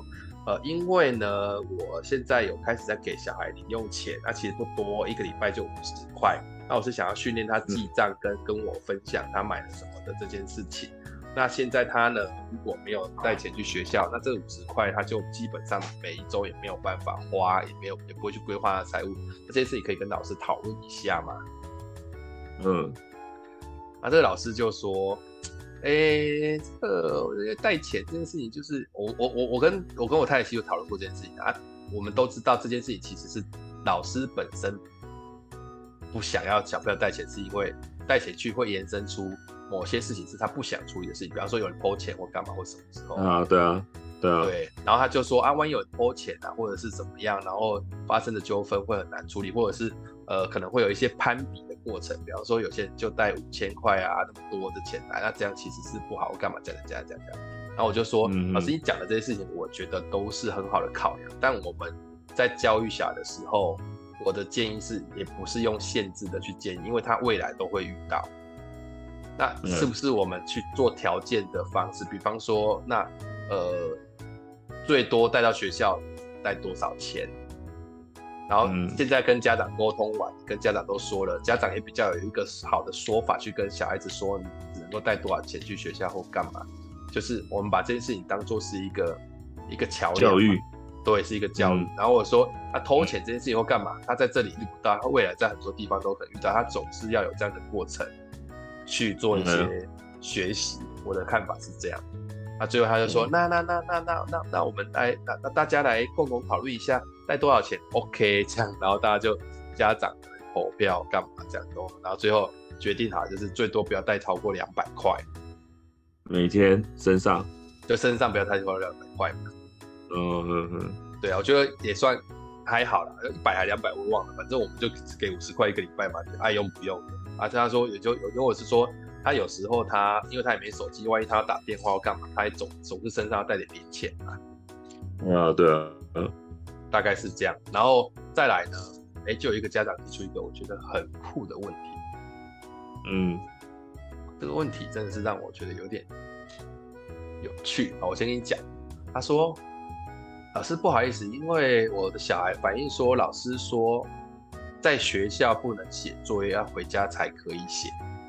呃，因为呢，我现在有开始在给小孩零用钱，那、啊、其实不多，一个礼拜就五十块。那我是想要训练他记账跟跟我分享他买了什么的这件事情。那现在他呢，如果没有带钱去学校，那这五十块他就基本上每一周也没有办法花，也没有也不会去规划他的财务。那这件事情可以跟老师讨论一下嘛？ 嗯， 那这个老师就说，哎、欸，这个我觉得带钱这件事情，就是我我我我跟我跟我太太其实有讨论过这件事情啊。我们都知道这件事情其实是老师本身不想要小朋友带钱，是因为带钱去会延伸出某些事情是他不想处理的事情，比方说有人偷钱或干嘛或什么时候啊，对啊，对啊， 对，然后他就说啊，万一有人偷钱啊，或者是怎么样，然后发生的纠纷会很难处理，或者是呃可能会有一些攀比的过程，比方说有些人就带五千块啊那么多的钱来，那这样其实是不好，我干嘛这样这样这样这样？然后我就说， 嗯、 老师你讲的这些事情，我觉得都是很好的考量，但我们在教育小孩的时候，我的建议是，也不是用限制的去建议，因为他未来都会遇到。那是不是我们去做条件的方式？比方说，那呃，最多带到学校带多少钱？然后现在跟家长沟通完，跟家长都说了，家长也比较有一个好的说法去跟小孩子说，你只能够带多少钱去学校或干嘛？就是我们把这件事情当作是一个一个桥梁教育， 对，是一个教育。嗯、然后我说，他、啊、偷钱这件事情或干嘛？他在这里遇不到，他未来在很多地方都可能遇到，他总是要有这样的过程去做一些学习。嗯、我的看法是这样。啊，最后他就说，嗯、那那那那那那那我们来，那那大家来共同讨论一下，带多少钱 ？OK， 这样，然后大家就家长投票干嘛这样都，然后最后决定好就是最多不要带超过两百块。 每天身上， 就身上不要太超过两百块嘛。 嗯嗯嗯， 对啊，我觉得也算还好啦，一百还两百我忘了，反正我们就只给五十块一个礼拜嘛，爱用不用的。啊，他说也就有，因为我是说他有时候他因为他也没手机，万一他要打电话或干嘛，他也总总是身上要带点零钱嘛。 啊，对啊，嗯， 大概是这样。然后再来呢，哎、欸，就有一个家长提出一个我觉得很酷的问题。 嗯。 这个问题真的是让我觉得有点有趣。好，我先跟你讲，他说：“老师不好意思，因为我的小孩反映说，老师说在学校不能写作业，要回家才可以写。”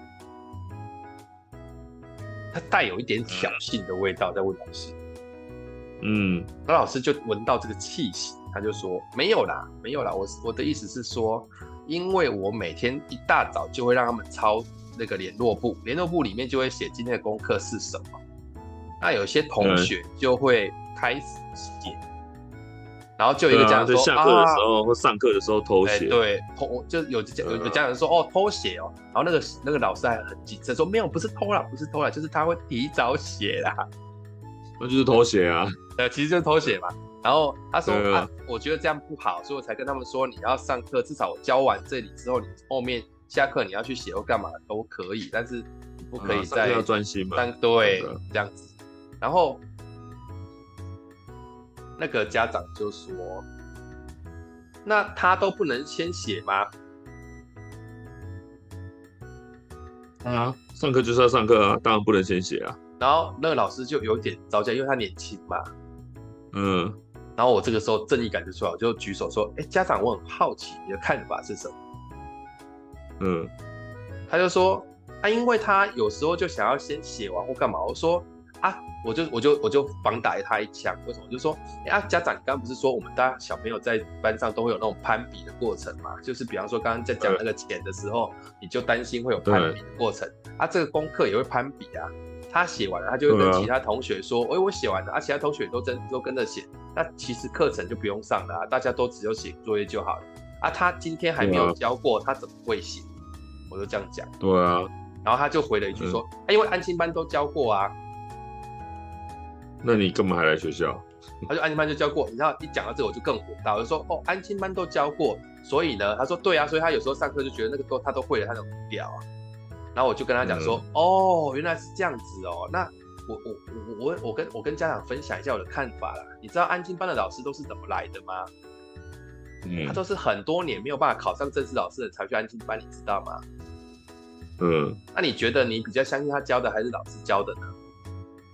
他带有一点挑衅的味道在问老师。 嗯， 那老师就闻到这个气息，他就说：“没有啦，没有啦，我我的意思是说，因为我每天一大早就会让他们抄。”那个联络簿，联络簿里面就会写今天的功课是什么。那有些同学就会开始写，嗯、然后就有一个家长说， 啊、下课的时候、啊、或上课的时候偷写， 欸、对，偷就有有有家长说哦偷写哦，然后那个那个老师还很谨慎说没有，不是偷啦，不是偷啦，就是他会提早写啦， 那就是偷写啊， 呃，其实就是偷写嘛。然后他说啊啊，我觉得这样不好，所以我才跟他们说，你要上课，至少我教完这里之后，你后面。下课你要去写或干嘛都可以，但是你不可以在、 啊、要专心嘛。 但对，这样子。然后那个家长就说：“那他都不能先写吗？” 啊，上课就是要上课啊，当然不能先写啊。 然后那个老师就有点着急，因为他年轻嘛。 嗯。 然后我这个时候正义感就出来，我就举手说：“哎、欸，家长，我很好奇你的看法是什么？” 嗯， 他就说啊，因为他有时候就想要先写完或干嘛。我说啊，我就我就我就反打他一枪。为什么？我就说，哎、欸、啊，家长，你刚刚不是说我们大家小朋友在班上都会有那种攀比的过程嘛？就是比方说刚刚在讲那个钱的时候，你就担心会有攀比的过程啊。这个功课也会攀比啊。他写完了，他就会跟其他同学说，哎、欸，我写完了啊，其他同学都真都跟着写。那其实课程就不用上了啊，大家都只有写作业就好了。啊，他今天还没有教过，他怎么会写？我就这样讲。 对啊。 然后他就回了一句说：“嗯啊、因为安亲班都教过啊。” 那你干嘛还来学校？ 他说安亲班就教过。你知道，一讲到这个我就更火大，我就说：“哦，安亲班都教过，所以呢？”他说：“对啊，所以他有时候上课就觉得那个都他都会了，他很无聊啊。”然后我就跟他讲说：“嗯、哦，原来是这样子哦。那我我我我我跟我跟家长分享一下我的看法啦。你知道安亲班的老师都是怎么来的吗？” 嗯、 他都是很多年没有办法考上正式老师的才去安亲班，你知道吗？ 嗯， 那你觉得你比较相信他教的还是老师教的呢？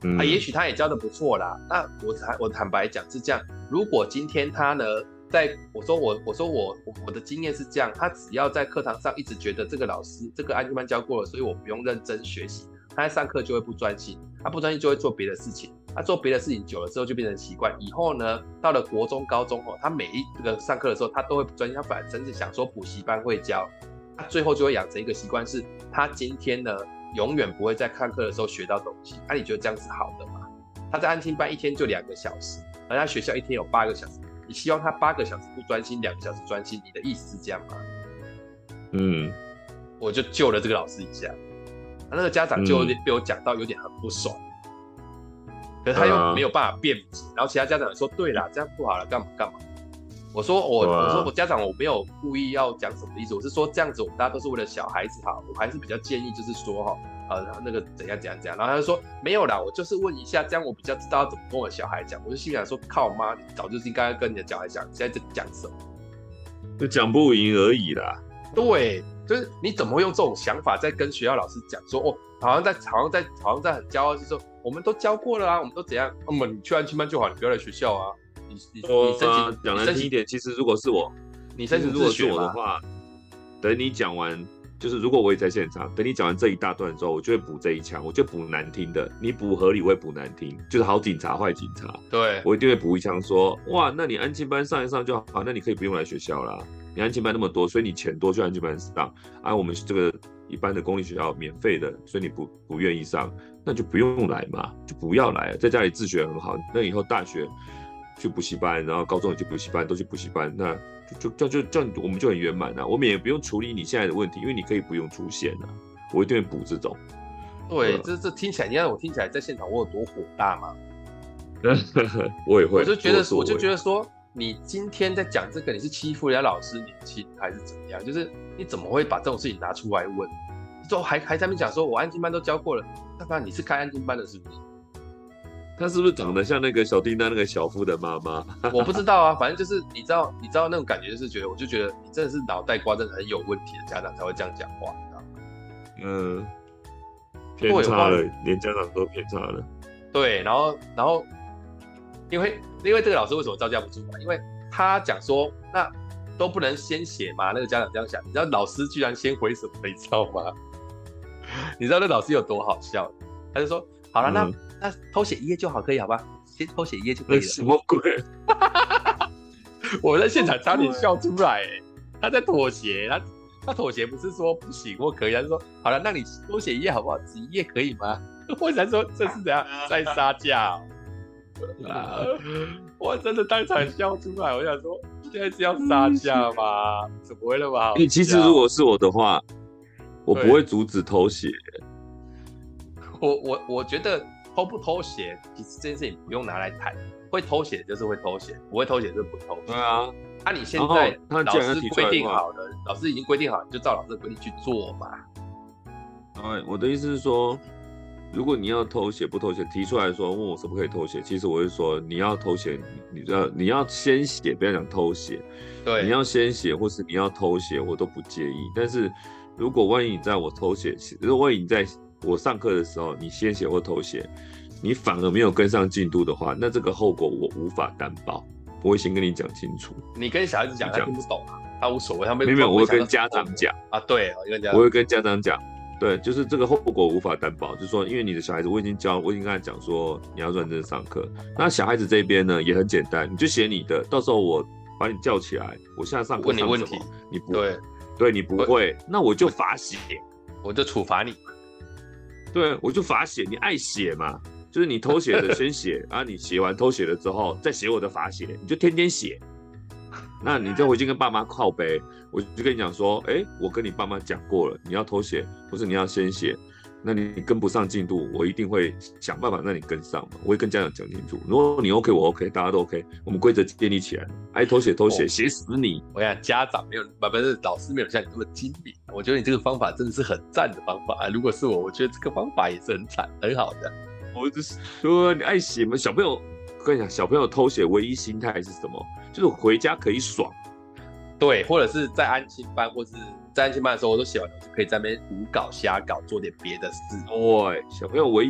嗯、 啊，也许他也教的不错啦。那我坦我坦白讲是这样，如果今天他呢，在我说我我说我我的经验是这样，他只要在课堂上一直觉得这个老师这个安亲班教过了，所以我不用认真学习，他在上课就会不专心，他不专心就会做别的事情，他做别的事情久了之后就变成习惯，以后呢到了国中高中后，他每一个上课的时候他都会不专心，他反正是想说补习班会教，他最后就会养成一个习惯，是他今天呢永远不会在看课的时候学到东西。那、啊、你觉得这样是好的吗？他在安亲班一天就两个小时，而他学校一天有八个小时，你希望他八个小时不专心，两个小时专心，你的意思是这样吗？ 嗯， 我就救了这个老师一下，那个家长就被我讲到有点很不爽，嗯、可是他又没有办法辩解，然后其他家长也说对啦，这样不好了，干嘛干嘛？我说我、啊、我说我家长我没有故意要讲什么意思，我是说这样子我们大家都是为了小孩子好，我还是比较建议就是说哈。呃，那个怎样怎样怎样，然后他就说没有啦，我就是问一下，这样我比较知道要怎么跟我小孩讲。我就心想说，靠妈，你早就是应该跟你的小孩讲，你现在在讲什么？ 就讲不赢而已啦。 对，就是你怎么会用这种想法在跟学校老师讲说，哦，好像在好像在好像在很骄傲，是说我们都教过了啊，我们都怎样？那、嗯、么你去安亲班就好，你不要来学校啊。你你你申请讲难听一点，其实如果是我， 你申请如果是我的话，等你讲完。就是如果我也在现场，等你讲完这一大段之后，我就会补这一枪，我就补难听的。你补合理，我会补难听，就是好警察坏警察。 对， 我一定会补一枪说，哇，那你安亲班上一上就好，那你可以不用来学校啦。你安亲班那么多，所以你钱多去安亲班上，啊，我们这个一般的公立学校免费的，所以你不不愿意上，那就不用来嘛，就不要来，在家里自学很好。那以后大学去补习班，然后高中也去补习班，都去补习班，那。就就就这样，我们就很圆满了。我们也不用处理你现在的问题，因为你可以不用出现了。我一定会补这种。 对，这这听起来，你看我听起来在现场我有多火大吗？ 我也会。 我就觉得，我就觉得说，你今天在讲这个，你是欺负人家老师年轻还是怎么样？就是你怎么会把这种事情拿出来问？就还还在那边讲说，我安亲班都教过了，那不然你是开安亲班的，是不是？ 他是不是长得像那个小叮当那个小夫的妈妈？ 我不知道啊，反正就是你知道，你知道那种感觉，就是觉得，我就觉得你真的是脑袋瓜真的很有问题的家长才会这样讲话，你知道吗？ 嗯，偏差了，连家长都偏差了。 对，然后然后，因为因为这个老师为什么招架不住嘛？因为他讲说，那都不能先写嘛，那个家长这样想，你知道老师居然先回什么，你知道吗？你知道那老师有多好笑？他就说，好了，那。嗯那偷写一页就好，可以好吧？先偷写一页就可以了。 什么鬼？ 我在现场差点笑出来、欸。他在妥协，他他妥协不是说不行或可以，他是说好了，那你多写一页好不好？只一页可以吗？我想说这是怎样在杀价、喔啊？我真的当场笑出来。我想说现在是要杀价吗？怎么会那么好笑？ 其实如果是我的话，我不会阻止偷写。 我我我觉得。偷不偷写，其实这件事情不用拿来谈。会偷写就是会偷写，不会偷写就是不偷写。 对啊， 那、啊、你现在老师规定好了，老师已经规定好，你就照老师的规定去做嘛。 哎，我的意思是说，如果你要偷写不偷写，提出来说问我可不可以偷写，其实我会说你要偷写，你要你要先写，不要讲偷写。 对， 你要先写或是你要偷写，我都不介意。但是如果万一你在我偷写，如果万一你在我上课的时候，你先写或偷写，你反而没有跟上进度的话，那这个后果我无法担保。我会先跟你讲清楚。 你跟小孩子讲，他听不懂啊，他无所谓，他没有没有，我会跟家长讲啊，对，我跟家长， 我会跟家长讲，对，就是这个后果无法担保，就是说，因为你的小孩子，我已经教，我已经跟他讲说你要认真上课。那小孩子这边呢也很简单，你就写你的，到时候我把你叫起来，我现在上课问你问题， 你不对， 对你不会，那我就罚写， 我就处罚你。 对，我就罚写，你爱写嘛，就是你偷写的先写啊，你写完偷写了之后再写我的罚写，你就天天写。那你再回去跟爸妈靠背，我就跟你讲说，哎、欸，我跟你爸妈讲过了，你要偷写或是你要先写，那你跟不上进度，我一定会想办法让你跟上嘛。我会跟家长讲清楚，如果你 OK， 我 OK， 大家都 OK， 我们规则建立起来，爱偷写偷写，写、哦、死你！ 我想家长没有，不是老师没有像你这么精明。我觉得你这个方法真的是很赞的方法啊！如果是我，我觉得这个方法也是很惨很好的。 我就是说你爱写嘛，小朋友。我跟你讲，小朋友偷写唯一心态是什么？就是回家可以爽， 对，或者是在安亲班，或是在安亲班的时候，我都写完了，就可以在那边胡搞瞎搞，做点别的事。 对，小朋友唯一的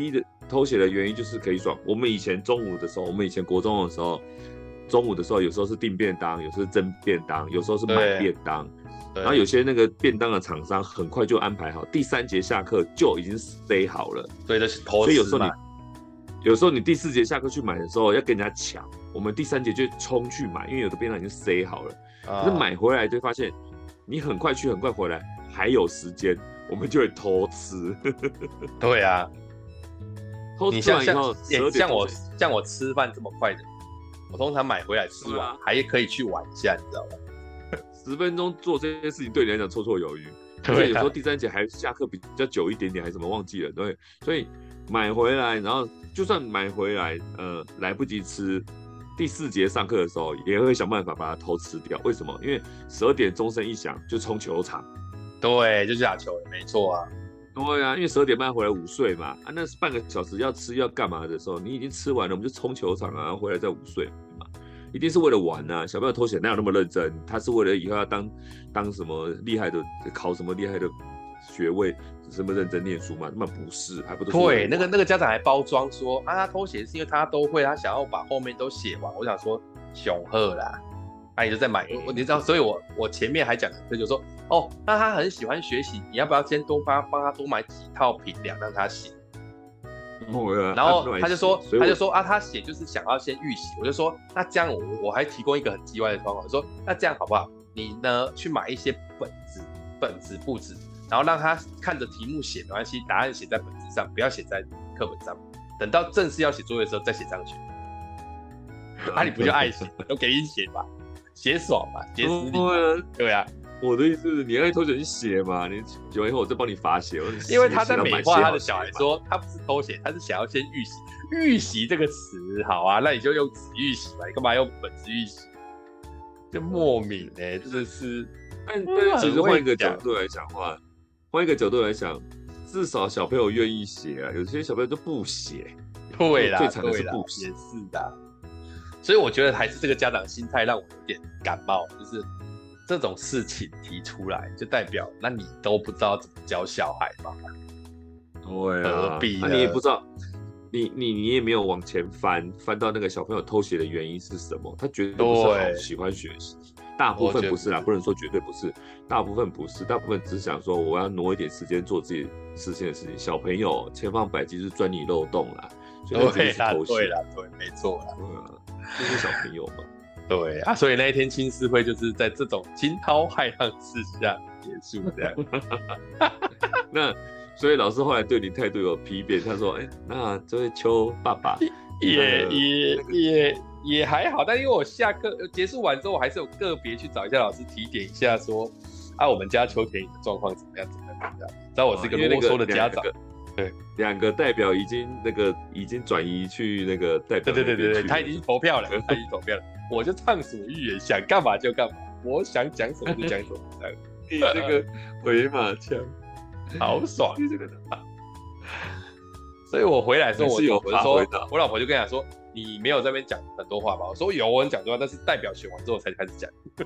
偷写的原因就是可以爽。我们以前中午的时候，我们以前国中的时候，中午的时候有时候是订便当，有时候是蒸便当，有时候是买便当。然后有些那个便当的厂商很快就安排好，第三节下课就已经塞好了。 对的，所以有时候你有时候你第四节下课去买的时候要跟人家抢，我们第三节就冲去买，因为有的便当已经塞好了。可是买回来就发现，你很快去很快回来，还有时间，我们就会偷吃。 对啊， 偷吃完以后， 像像我像我吃饭这么快的，我通常买回来吃完、啊、还可以去玩一下，你知道吗？ 十分钟做这件事情对你来讲绰绰有余，而且有时候第三节还下课比较久一点点，还是什么忘记了，对，所以买回来，然后就算买回来，呃，来不及吃，第四节上课的时候也会想办法把它偷吃掉。为什么？因为十二点钟声一响就冲球场， 对，就去打球了，没错啊。 对啊，因为十二点半回来午睡嘛，啊，那是半个小时要吃要干嘛的时候，你已经吃完了，我们就冲球场啊，然后回来再午睡嘛。一定是为了玩啊！小朋友偷写哪有那么认真？他是为了以后要当当什么厉害的，考什么厉害的学位，什么认真念书嘛？那不是，还不都是对？那个那个家长还包装说啊，他偷写是因为他都会，他想要把后面都写完。我想说，雄鹤啦，那、啊、你就在买，你知道，所以我我前面还讲的就说，哦，那他很喜欢学习，你要不要先多帮帮他多买几套评量让他写？然后他就说，他就说啊，他写就是想要先预习。我就说，那这样我我还提供一个很叽歪的方法，我说那这样好不好？你呢去买一些本子、本子、簿子，然后让他看着题目写，没关系，答案写在本子上，不要写在课本上。等到正式要写作业的时候再写上去。那、啊、你不就爱写，都给你写吧，写爽嘛，写死你。对啊。 我的意思是，你要偷写去写嘛，你写完以后我再帮你罚写。 因为他在美化他的小孩说，他不是偷写，他是想要先预习。预习这个词，好啊，那你就用纸预习嘛，你干嘛用本子预习？就莫名哎、欸，真的是。 但但其实换一个角度来讲话，换一个角度来讲，至少小朋友愿意写啊，有些小朋友就不写。 对啦， 最惨的是不写， 也是的。所以我觉得还是这个家长心态让我有点感冒，就是。这种事情提出来，就代表那你都不知道怎么教小孩嘛？ 对啊， 何必呢？ 那你也不知道，你你你也没有往前翻，翻到那个小朋友偷写的原因是什么？他绝对不是好喜欢学习，大部分不是啦，不能说绝对不是，大部分不是，大部分只想说我要挪一点时间做自己事情的事情。小朋友千方百计是钻你漏洞啦，所以他就是偷写。 对啦，对，没错啦， 对啊，就是小朋友嘛。 对啊，所以那一天亲师会就是在这种惊涛骇浪之下结束这样。 那所以老师后来对你态度有批变，他说：“哎、欸，那这位邱爸爸也也、那個、也也还好，但因为我下课结束完之后，我还是有个别去找一下老师提点一下说，啊，我们家邱田颖的状况怎么样怎么样怎么样。知道我是一个啰嗦的家長。 对，两个代表已经那个已经转移去那个代表， 对对对对，他已经投票了，他已经投票了，我就畅所欲言，想干嘛就干嘛，我想讲什么就讲什么，这样。 你这个回马枪， 好爽，这个。所以我回来的时候，我我就说，我老婆就跟他说，你没有在那边讲很多话吧？我说有，我很讲多话，但是代表选完之后才开始讲。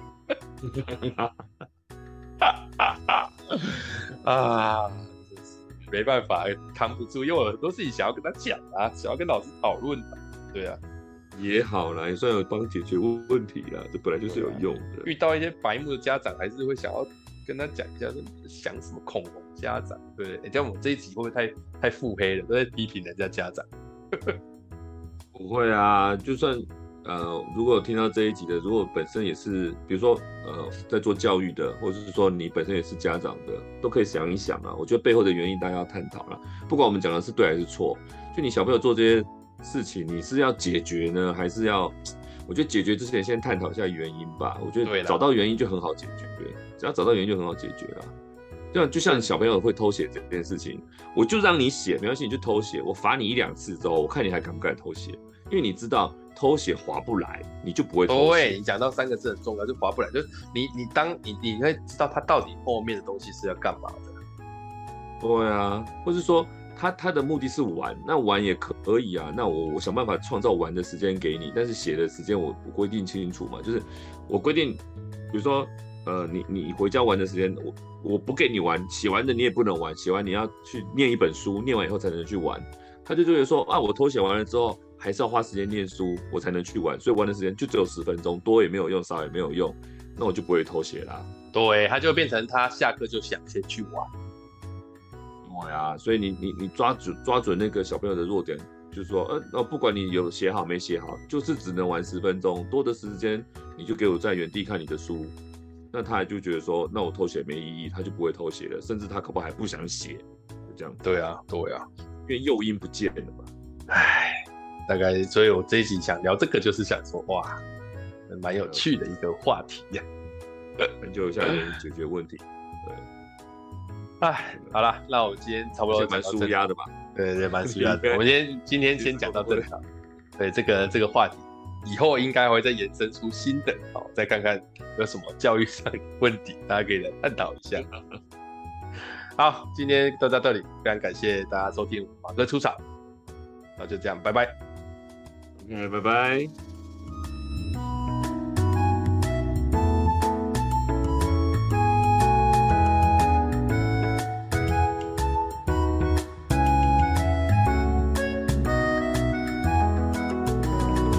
啊。没办法，扛不住，因为我有很多事情想要跟他讲啊，想要跟老师讨论啊，对啊， 也好啦，也算有帮解决问题啦，这本来就是有用的。 遇到一些白目的家长，还是会想要跟他讲一下，想什么恐龙家长，对不对？你像我们这一集会不会太太腹黑了，都在批评人家家长？ 不会啊，就算呃，如果有听到这一集的，如果本身也是，比如说呃，在做教育的，或者是说你本身也是家长的，都可以想一想啊。我觉得背后的原因大家要探讨啦，不管我们讲的是对还是错，就你小朋友做这些事情，你是要解决呢，还是要？我觉得解决之前先探讨一下原因吧。我觉得找到原因就很好解决，只要找到原因就很好解决啦。就像就像小朋友会偷写这件事情，我就让你写，没关系，你就偷写，我罚你一两次之后，我看你还敢不敢偷写，因为你知道。偷写划不来，你就不会偷写。 对，你讲到三个字很重要，就划不来，就是你你当你你会知道他到底后面的东西是要干嘛的。 对啊，或是说他他的目的是玩，那玩也可以啊。那我我想办法创造玩的时间给你，但是写的时间我我规定清楚嘛，就是我规定，比如说呃你你回家玩的时间，我我不给你玩，写完的你也不能玩，写完你要去念一本书，念完以后才能去玩。 他就觉得说啊，我偷写完了之后还是要花时间念书，我才能去玩，所以玩的时间就只有十分钟，多也没有用，少也没有用，那我就不会偷写啦。 对，他就变成他下课就想先去玩。 对啊，所以你你你抓准抓准那个小朋友的弱点，就是说，呃，呃不管你有写好没写好，就是只能玩十分钟，多的时间你就给我在原地看你的书。那他就觉得说，那我偷写没意义，他就不会偷写了，甚至他可不还不想写，就这样。 对啊，对啊， 因为诱因不见了嘛。 唉，大概，所以我这一集想聊这个，就是想说，哇，蛮有趣的一个话题呀、 啊，研究一下人解决问题。对。 唉，好了，那我们今天差不多蛮舒压的吧？ 对对，蛮舒压的。我们今天今天先讲到这里。对这个这个话题，以后应该会再衍生出新的，好，再看看有什么教育上的问题，大家可以来探讨一下。好，今天就到这里，非常感谢大家收听马哥出场，那就这样，拜拜。 OK， 拜拜。